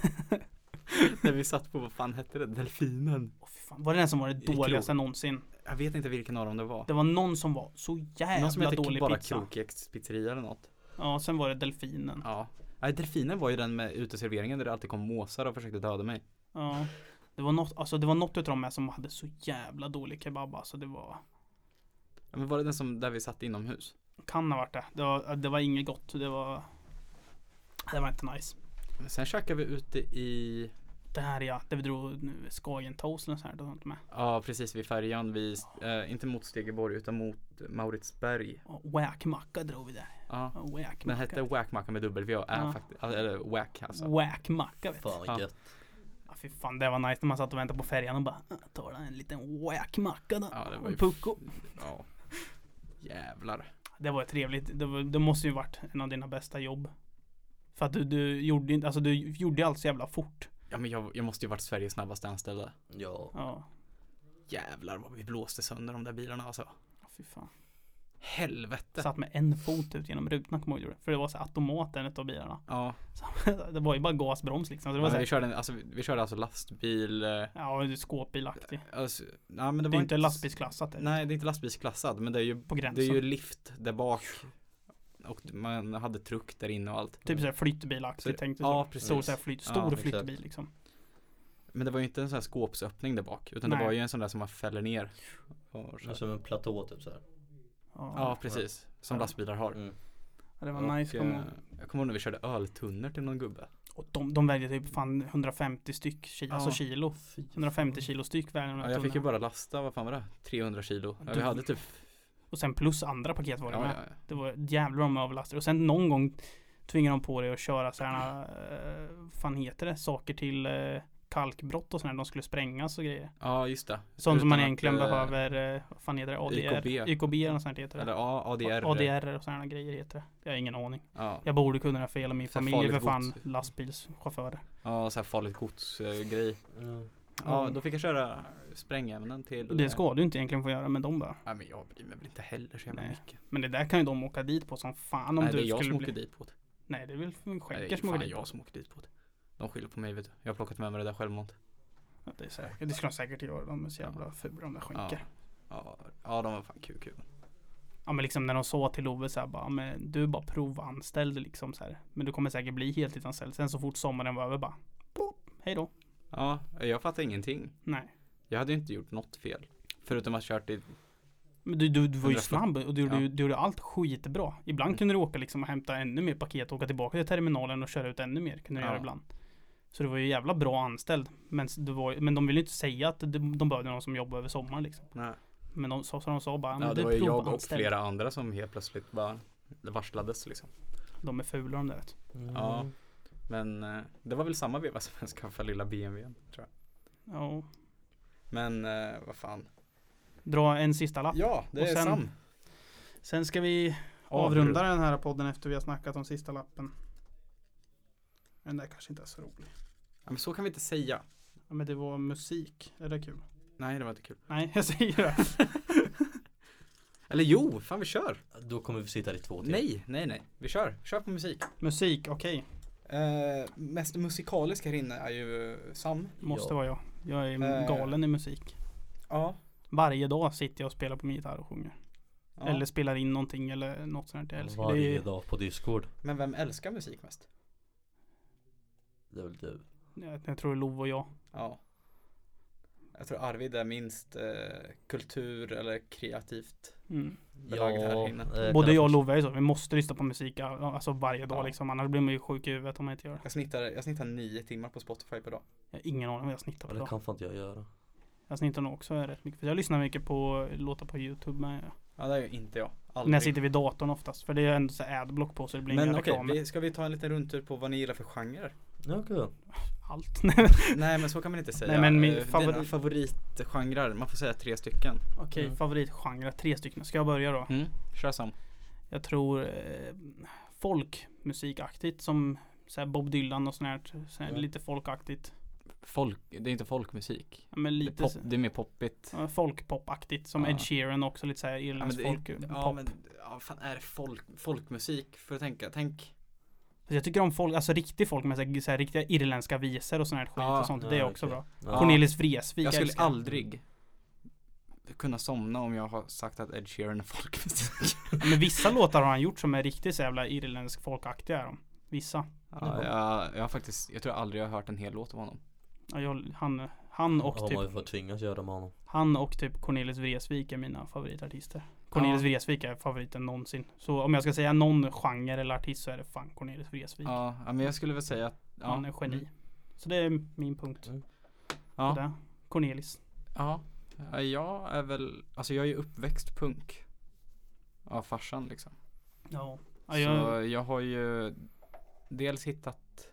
När vi satt på, vad fan hette det? Delfinen. Åh, fy fan. Var det den som var det I krog. dåligaste någonsin? Jag vet inte vilken av dem det var. Det var någon som var så Någon som jävla hette dålig bara pizza. Krokeks pizzeria eller något. Ja, sen var det delfinen. Ja. Nej, delfinen var ju den med uteserveringen där det alltid kom måsar och försökte döda mig. Ja. Det var något, alltså det var något utav dem med som hade så jävla dålig kebab. Alltså det var, Ja, men var det den som där vi satt inomhus? kan ha varit det. Det var, det var inget gott. Det var, det var inte nice. Men sen käkade vi ute i, Det här ja, det vi drog nu, Skagen Toast eller så här, det var inte med. ja precis vid färjan, vi, eh, inte mot Stegeborg utan mot Mauritsberg. Och Wackmacka drog vi där. Ja. Ja, Wackmacka. Den hette Wackmacka med W A är Ja. faktiskt, eller Wack alltså. Wackmacka vet du. Fan Ja. vad gött. Ja, fy fan, det var nice när man satt och väntade på färjan och bara, "Ah, tar en liten wackmacka då. Ja, det var Och ju pucko. Ja. Jävlar. Det var trevligt. Det, var, det måste ju varit en av dina bästa jobb. För att du, du gjorde inte, alltså du gjorde allt så jävla fort. Ja men jag, jag måste ju varit Sveriges snabbaste anställda. Ja. Ja, Jävlar vad vi blåste sönder de där bilarna alltså. ja fy fan. Helvete. Satt med en fot ut genom rutan, kommer jag ihåg det. För det var så här automat en utav bilarna. Ja. Så, det var ju bara gasbroms liksom. Så det var Ja, så vi, här, körde, en- alltså, vi, vi körde alltså lastbil. eh, ja, skåpbilaktig. Alltså, nej, men det, Det var är inte lastbilsklassat. Det. Nej, det är inte lastbilsklassad, men det är ju, På det gränsen. är ju lift där bak. Och man hade truck där inne och allt. Typ såhär flyttbilaktigt Så- tänkte ja, så. precis. Stor, så här flytt, Ja, stor exakt. flyttbil liksom. Men det var ju inte en sån här skåpsöppning där bak. Utan Nej. det var ju en sån där som man fäller ner. Och Det är så. som en platå typ så här. Ja, Ja, precis. Som Ja. lastbilar har. Mm. det var Och, nice. eh, Kom ihåg. jag kommer ihåg när vi körde öltunnor till någon gubbe. Och de, de vägde typ fan hundrafemtio styck, ki- Ja. alltså kilo. Fy hundrafemtio kilo styck vägde de Ja, här jag fick ju tunnorna. bara lasta, vad fan var det? trehundra kilo. Ja, Du- vi hade typ, Och sen plus andra paket var det ja, med. ja, ja. Det var jävlar om överlaster. Och sen någon gång tvingade de på dig att köra sådana, uh, fan heter det, saker till uh, kalkbrott och sådär. De skulle sprängas och grejer. Ja, just det. Sånt som man Utan att, egentligen eh, behöver, eh, vad fan heter det? A D R. Y K B. Y K B eller något sånt heter det. Eller ja, A D R. A D R och sådana grejer heter det. Jag har ingen aning. Ja, Jag borde kunna det för hela min Så här familj är för farligt fan gods. lastbilschaufförer. ja så här farligt gods-grej. Mm. Ja, Mm. då fick jag köra sprängämnen till... Det ska du inte egentligen få göra, men de bara. Nej, men jag bryr mig väl inte heller så jävla Nej. mycket. Men det där kan ju de åka dit på som fan om Nej, det är du jag skulle som bli. åker dit på det. Nej, det är väl Nej, det skänker är som åker fan dit på. jag som åker dit på det. De skyller på mig, vet du. Jag har plockat med mig det där självmant. Ja, det är säkert. Det ska de säkert göra. De är så jävla fula de där skänker. Ja, ja, de var fan kul kul. Ja, men liksom när de sa till Love så här bara, men du är bara provanställd liksom så här. Men du kommer säkert bli heltidsanställd. Sen så fort sommaren var över bara, plopp, hej då. Ja, jag fattar ingenting. Nej. Jag hade inte gjort något fel. Förutom att kört i... Men du, du, du var ju hundrafyrtio snabb och du gjorde, Ja. ju- du gjorde allt skitbra. Ibland Mm. kunde du åka liksom och hämta ännu mer paket och åka tillbaka till terminalen och köra ut ännu mer. Kunde du Ja. göra ibland. Så du var ju jävla bra anställd. Men, du var, men de ville inte säga att de, de behövde någon som jobbar över sommaren liksom. Nej. Men de, så, så de sa bara, Ja, men det du var är ju jag och provanställd. flera andra som helt plötsligt bara varslades liksom. De är fula de där vet du. Mm. Ja. Men eh, det var väl samma veva som jag skaffade lilla B M W:n, tror jag. Ja. Men eh, vad fan. Dra en sista lapp. Ja, det Och är sen- Sam. Sen ska vi avrunda den här podden efter vi har snackat om sista lappen. Men det där kanske inte är så roligt. Ja, men så kan vi inte säga. Ja, men det var musik. Är det kul? Nej, det var inte kul. Nej, jag säger det. Eller jo, fan vi kör. Då kommer vi sitta i två till. Nej, nej, nej. Vi kör. Kör på musik. Musik, okej. Eh, mest musikalisk här inne är ju eh, Sam. Måste Ja. vara jag. Jag är Eh. galen i musik. Ja. Varje dag sitter jag och spelar på min gitarr och sjunger. ja. Eller spelar in någonting eller något sånt där. Jag älskar Varje det. dag på Discord. Men vem älskar musik mest? Det är väl du. Jag, jag tror det är Lov och jag. Ja. Jag tror Arvid är minst eh, kultur eller kreativt Mm. belagd här inne. eh, Både kan jag och först- Love är så. Vi måste lyssna på musik alltså varje dag Ja. liksom. Annars blir man ju sjuk i huvudet om man inte gör det. Jag snittar, jag snittar nio timmar på Spotify per dag. Jag har ingen aning om vad jag snittar Ja, på det idag. kan fan inte jag göra. Jag snittar nog också rätt mycket. För jag lyssnar mycket på låtar på YouTube med. Ja, det är ju inte jag. Aldrig. När jag sitter vid datorn oftast. För det är ändå så här adblock på så det blir Men inga okej, reklamer. vi, ska vi ta en liten rundtur på vad ni gillar för genrer? Ja, kul. Allt. Nej, men så kan man inte säga. Nej, men min Eh, favorit- Dina favoritgenrer, man får sätga tre stycken. Okej, Mm. favoritgenre. Tre stycken. Ska jag börja då? Mm. Kör Sam. Jag tror eh, folkmusikaktigt som så här Bob Dylan och sånt här, så här Ja. lite folkaktigt. Folk, det är inte folkmusik. Ja, men Det är, lite pop, så- det är mer poppigt. ja, folkpopaktigt som Ja. Ed Sheeran också lite så här Ja, men irländsk det är, folk ja, pop. men ja, fan är det folk, folkmusik? För att tänka, tänk. Så jag tycker om folk, alltså riktig folk med så här, så här riktiga irländska visor och sån här skit Ja, och sånt. ja, det är också okej. bra. Ja. Cornelis Vreeswijk Jag skulle älskar jag. aldrig kunna somna om jag har sagt att Ed Sheeran är folkmusik. Ja, men vissa låtar har han gjort som är riktigt så jävla irländsk folkaktiga är de. Vissa. Ja, jag, jag har faktiskt, jag tror aldrig jag har hört en hel låt av honom. Ja, jag, han, han och Har typ man ju fått tvingas göra med honom. Han och typ Cornelis Vreeswijk är mina favoritartister. Cornelis Ja. Vreeswijk är favoriten någonsin. Så om jag ska säga någon genre eller artist så är det fan Cornelis Vreeswijk. Ja, ja, men jag skulle väl säga att ja, Han är geni. mm, Så det är min punkt. Mm. På Ja, det. Cornelis. ja, ja, jag är väl, alltså jag är ju uppväxt punk av farsan liksom. Ja. ja Så jag, jag har ju dels hittat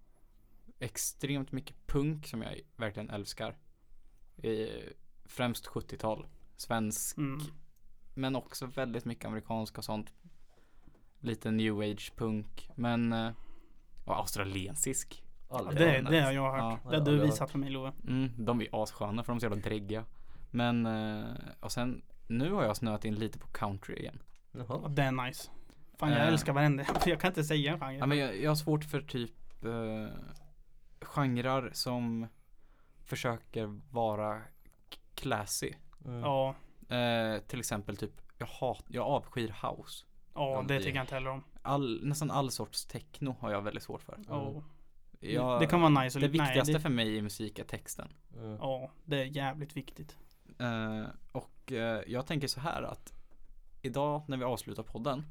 extremt mycket punk som jag verkligen älskar. I, främst sjuttiotal. Svensk. mm, Men också väldigt mycket amerikanska och sånt. Lite new age punk. Men eh, och australiensisk. ja, Aldrig det, hört. det har jag hört. Ja. det har Ja, du det har visat jag för mig Love. Mm, de är assköna för de är så jävla dräggiga. Men eh, och sen nu har jag snöat in lite på country igen. Ja, Jaha. det är nice. Fan jag Eh. älskar varenda. Jag kan inte säga en genre. Ja, men jag, jag har svårt för typ eh, genrer som försöker vara k- classy. Mm. ja, Eh, till exempel typ jag hat, jag avskyr house. ja, Ja, det det- tycker jag inte heller om. All, nästan all sorts techno har jag väldigt svårt för. Ja. Jag, det kan vara nice. och det lite- nej, viktigaste det, för mig i musik är texten. Mm. Ja, det är jävligt viktigt. Eh, och eh, jag tänker så här att idag när vi avslutar podden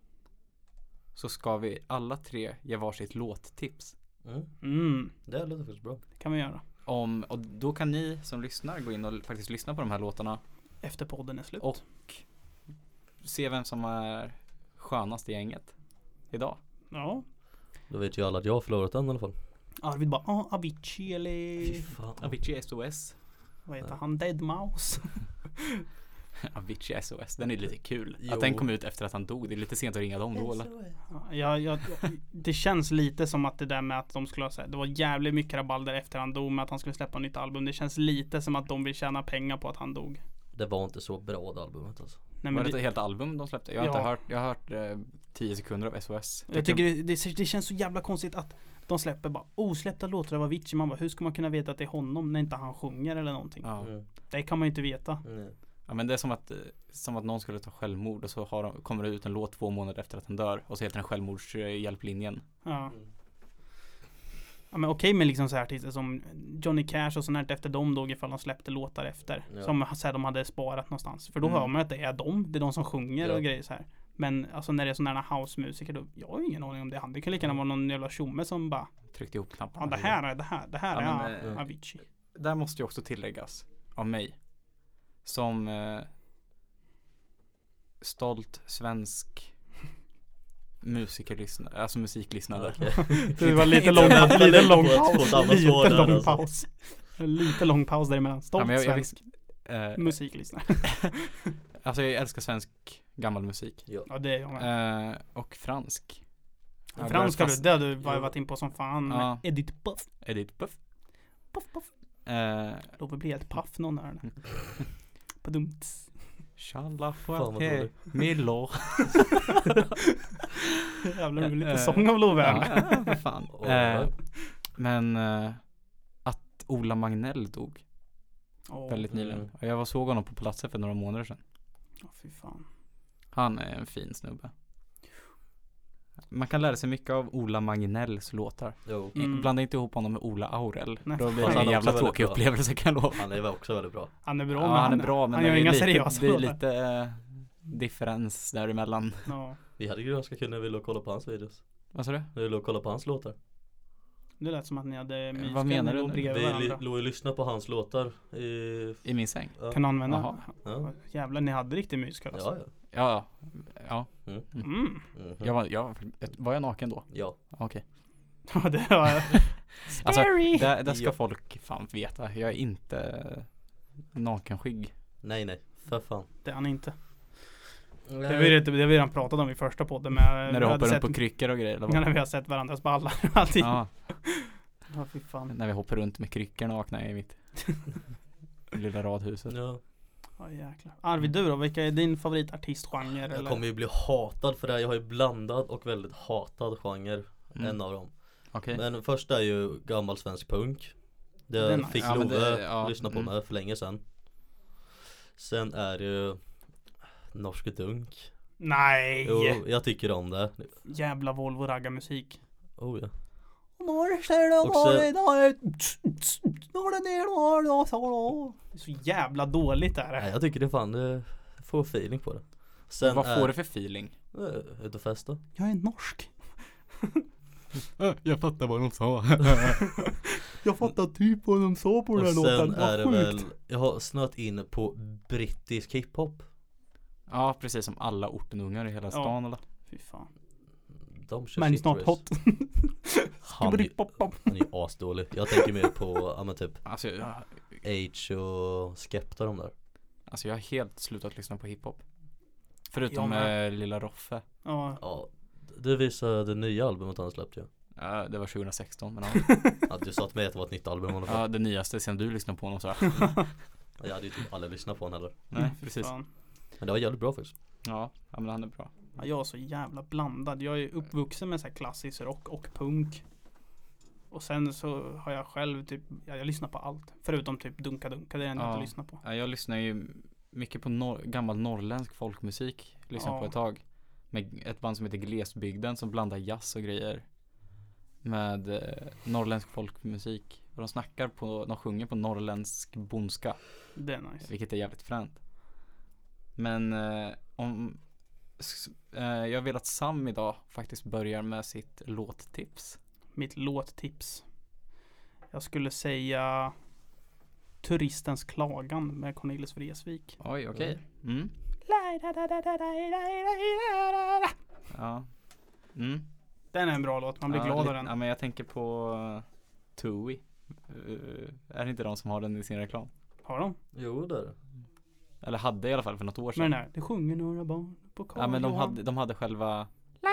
så ska vi alla tre ge varsitt låttips. Mm. Mm, Det låter faktiskt bra. det kan vi göra. Om, och då kan ni som lyssnar gå in och faktiskt lyssna på de här låtarna Efter podden är slut. och se vem som är skönast i gänget idag. Ja, Då vet ju alla att jag har förlorat den i alla fall. Arvid bara, ah, Avicii eller Fy fan. Avicii S O S. vad heter han? Deadmau5. Avicii S O S, den är lite kul. Jo. Att den kom ut efter att han dog, det är lite sent att ringa dem då eller? Ja, jag, det känns lite som att det där med att de skulle ha sagt, det var jävligt mycket rabalder efter han dog med att han skulle släppa ett nytt album. Det känns lite som att de vill tjäna pengar på att han dog. Det var inte så bra det albumet alltså. Nej, Var men det det, ett helt album de släppte? Jag har Ja. inte hört, jag har hört eh, tio sekunder av S O S. jag tycker det, det, det känns så jävla konstigt att de släpper bara osläppta låtar av Avicii. Man bara, hur ska man kunna veta att det är honom när inte han sjunger eller någonting? Ja. Mm. Det kan man ju inte veta. Mm. Ja men det är som att, eh, som att någon skulle ta självmord och så har de, kommer det ut en låt två månader efter att han dör och så heter den självmordshjälplinjen. Ja. Mm. Ja men okej med liksom så här artister som Johnny Cash och sånt här efter dem dog ifall de släppte låtar efter. Ja. Som så här, de hade sparat någonstans. För då Mm. hör man att det är de. Det är de som sjunger Ja. och grejer så här. Men alltså när det är sådana här housemusiker då, jag har ju ingen aning om det är han. Det kan lika gärna vara någon jävla tjomme som bara, Tryckte ihop ja knapparna. det här är det här, det här Ja, är men, eh, Avicii. Där måste ju också tilläggas av mig som eh, stolt svensk musikerlyssnare, alltså musiklyssnare. Okej. Det var lite lång, Vänta lite lite lång på ett- på ett paus. annat svar Lite där, lång alltså. paus. Lite lång paus däremellan. Stolt Ja, men jag, jag svensk visst, eh, musiklyssnare. alltså jag älskar svensk gammal musik. Ja. Ja det är jag med. Eh, och fransk. Ja, Fransk har du, fast- det har du varit in på som fan. Ja. Edith Puff. Edith Puff. Puff, puff. Eh, Lovar bli helt paff någon där. Padumts. Challa Fan, vad Fuerte dåligt. Milo. Jävlar, det blir lite Eh, sång av Love här. Ja, för fan. All Eh, right. men eh, att Ola Magnell dog Åh, väldigt nyligen. Mm. Och jag var såg honom på platsen för några månader sedan. åh, fy fan. Han är en fin snubbe. Man kan lära sig mycket av Ola Magnells låtar. Jo. Mm. Blanda inte ihop honom med Ola Aurell. Nej. Då blir Fast det han en är jävla också tråkig väldigt bra. upplevelse kan jag lova. Han är också väldigt bra. Han är bra Ja, men han är bra men han det gör är inga lite, seriösa det är låtar. lite eh, differens däremellan. Ja, Vi hade ju ganska kul när vi låg och kollade på hans videos. Vad sa du? När vi låg och kollade på hans låtar. det lät som att ni hade mysigt. Vad menar du låg nu? bredvid Vi varandra. li- låg och lyssnade på hans låtar i... I min säng? Ja. Kan du använda? Jaha. Ja. Jävlar, ni hade riktigt myskväll alltså. Ja, ja. Ja, ja. Mm. Mhm. Jag var, jag, var jag naken då? Ja. Okej. Ja, det var Alltså, scary. där, där ska Ja. folk fan veta. Jag är inte nakenskygg. Nej, nej. För fan. Det är han inte. Det Nej. har vi, det har vi redan pratat om i första podden med När vi du hade hoppar runt sett, på kryckor och grejer eller ja, vad? när vi har sett varandras ballar och allting. Ja, Ja, fy fan. när vi hoppar runt med kryckor nakna i mitt lilla radhuset. Ja. Ja, jäklar. Arvid, du då? Vilka är din favoritartistgenre? Jag eller? kommer ju bli hatad för det här. Jag har ju blandad och väldigt hatad genre. Mm. En av dem. Okej. Men första är ju gammal svensk punk. Det Den är nice. fick Ja, men Love det- ja, lyssna på mm. mig för länge sedan. Sen är det ju norsk dunk. Nej! Jo, jag tycker om det. Jävla Volvo raggarmusik. Oh ja. Och sen, Och sen- det är så jävla dåligt är Nej, det. jag tycker det fan det får feeling på det. Sen Vad är, får du för feeling? Eh, Ut och festa. Jag är norsk. Jag fattar vad de sa. Jag fattar typ vad de sa på Och den här sen låten. är det Vad väl, sjukt. jag har snöat in på brittisk hiphop. Ja, precis som alla ortenungar i hela stan eller? Fy fan. De kör Men shit snart race. hot. Han, är- han är ju asdålig. Jag tänker mer på, ja men typ Alltså, jag, Age och Skepta de där. alltså jag har helt slutat lyssna på hiphop. Jag Förutom med. eh, Lilla Roffe. Ja. Ja, du visade det nya albumet han släppte ju. Ja, det var tjugohundrasexton men ja. Ja, du sa till mig att det var ett nytt album i alla fall. Ja, det nyaste sen du lyssnade på honom så. Jag hade ju typ aldrig lyssnat på honom heller. Nej, Mm, precis. fan. Men det var jävligt bra faktiskt. Ja, ja, men han är bra. Ja, jag är så jävla blandad. Jag är uppvuxen med så här klassisk rock och punk. Och sen så har jag själv typ, ja, jag lyssnar på allt. Förutom typ Dunka Dunka, det är det enda jag Ja. inte lyssnar på. Ja, jag lyssnar ju mycket på nor- gammal norrländsk folkmusik. Lyssnade Ja. på ett tag. Med ett band som heter Glesbygden som blandar jazz och grejer. Med eh, norrländsk folkmusik. Och de snackar på, de sjunger på norrländsk bondska. Det är nice. Vilket är jävligt fränt. Men eh, om s- eh, jag vill att Sam idag faktiskt börjar med sitt låttips. Mitt låttips. Jag skulle säga Turistens klagan med Cornelis Vreeswijk. Oj, okej. Mm. Ja. Mm. Den är en bra låt, man blir ja, glad av lite- den. Ja, men jag tänker på Tui. Uh, är det inte de som har den i sin reklam? Har de? Jo där. Eller hade i alla fall för något år Men sedan. den där, det sjunger några barn på Karl Ja, men de Johan. hade, de hade själva...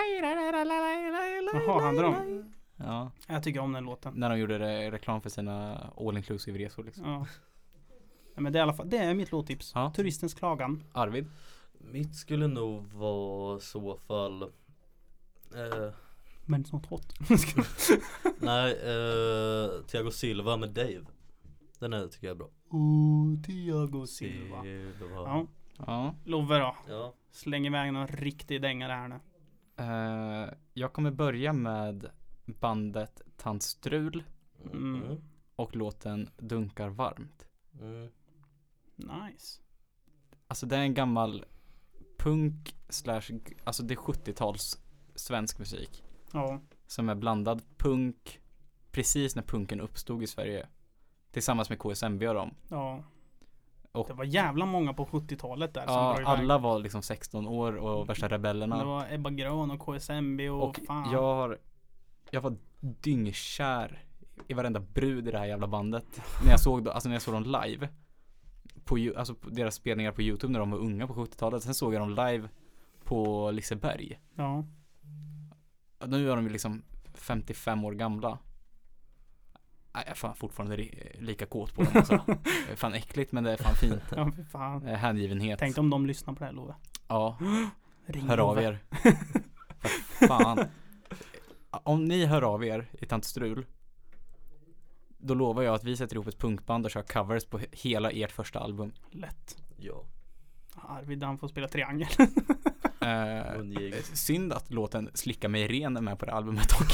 Jaha, hade de? Ja, Jag tycker om den låten. när de gjorde re- reklam för sina all-inclusive resor liksom. Ja. Nej, men det är i alla fall, det är mitt låttips. Ja. Turistens klagan. Arvid? Mitt skulle nog vara i så fall eh, Men sånt hot. Nej, eh, Thiago Silva med Dave. Den här tycker jag är bra. Oh, Thiago Silva. Silva. Ja, Ja. Love då. Ja. Släng iväg någon riktig dängare här nu. Uh, jag kommer börja med bandet Tant Strul Mm. Mm. och låten Dunkar varmt. Mm. Nice. Alltså det är en gammal punk slash, alltså det är sjuttio-tals svensk musik Ja. som är blandad punk precis när punken uppstod i Sverige tillsammans med K S M B och dem. Ja. Och- Det var jävla många på sjuttiotalet där som Ja, drog iväg. alla var liksom sexton år och värsta rebellerna. Det var Ebba Grön och K S M B och, Och fan. jag har, jag var dyngkär i varenda brud i det här jävla bandet. När jag såg, alltså när jag såg dem live på, Ju- alltså på deras spelningar på YouTube när de var unga på sjuttiotalet. Sen såg jag dem live på Liseberg. Ja. Och nu är de ju liksom femtiofem år gamla. Nej, jag är fan fortfarande ri- lika kåt på dem alltså. Det är fan äckligt men det är fan fint. Ja, för fan. Det är hängivenhet. Tänk om de lyssnar på det här, Love. Ja, Ring hör av Love. er. För fan. Om ni hör av er i Tant Strul, då lovar jag att vi sätter ihop ett punkband och kör covers på he- hela ert första album. Lätt. Ja. Arvid, han får spela triangel. Eh, Undgäng. synd att låten Slicka mig ren är med på det albumet dock.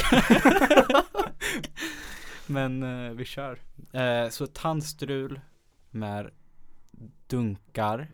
Men eh, vi kör. Eh, så Tant Strul med Dunkar.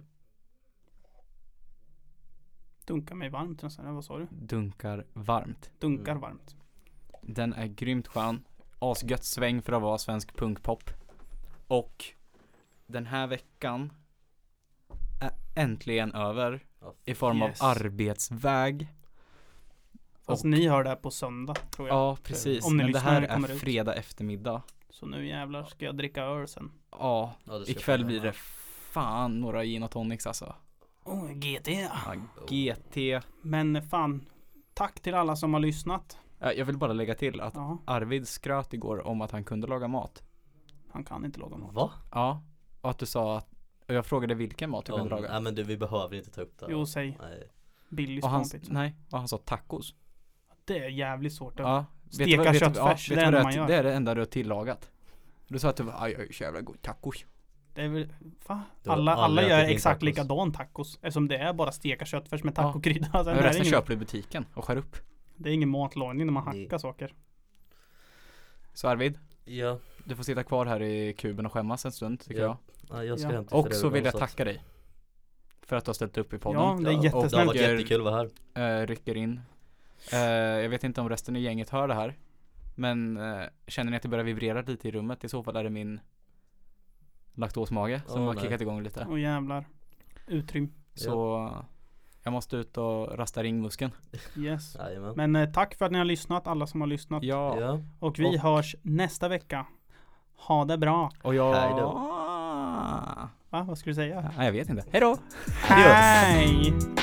Dunkar mig varmt. Nästan. Vad sa du? Dunkar varmt. Dunkar Mm. varmt. Den är grymt skön. Asgött sväng för att vara svensk punkpop. Och den här veckan är äntligen över Ja, i form Yes. av arbetsväg. Fast Och- ni hör det här på söndag, tror jag. Ja, precis. Om ni Men det lyssnar här när det är kommer ut. fredag eftermiddag. Så nu jävlar ska jag dricka öl sen. Ja, Ja, det ska ikväll fan blir vara. det fan några gin och tonics alltså. Oh, G T. Ja, G T. Men fan, tack till alla som har lyssnat. Ja, jag vill bara lägga till att Ja, Arvid skröt igår om att han kunde laga mat. han kan inte laga mat. Va? Ja, och att du sa att, och jag frågade vilken mat du Ja, kunde laga. nej men du, vi behöver inte ta upp det. Jo, säg. Nej. Billys Och han, spanpizza. nej, och han sa tacos. Det är jävligt svårt. Att... Ja, Steka vet du vad- vet du- köttfärs, ja, det är vet du det vad man det, gör. det är det enda du har tillagat. Du sa att du var, aj, aj, så jävla god tacos. Det är väl, va? Du har Alla, alla aldrig gör ätit din exakt tacos. likadan tacos. Eftersom det är bara steka köttfärs med Ja. tacokrydda. Alltså, Men det, är resten ingen, köper du i butiken och skär upp. det är ingen matlagning när man Nej. hackar saker. Så Arvid, Ja, du får sitta kvar här i kuben och skämmas en stund tycker Ja. nej, jag ska Ja. hem till jag. Och så föräldrar vill jag så att- tacka dig för att du har ställt upp i podden. Ja, det är Ja, jättesnällt. Det har varit Gör- jättekul att vara här. Eh, rycker in. Eh, jag vet inte om resten i gänget hör det här. Men eh, känner ni att det börjar vibrera lite i rummet? I så fall är det min laktosmage som Åh, har nej. kickat igång lite. Och jävlar. Utrym. Så jag måste ut och rasta ringmuskeln. Yes. Jajamän. Men eh, tack för att ni har lyssnat, alla som har lyssnat. Ja, Ja. Och vi Och- hörs nästa vecka. Ha det bra. och jag... Hej då. Va? Vad skulle du säga? Nej, jag vet inte. Hej då! Adios. Hej!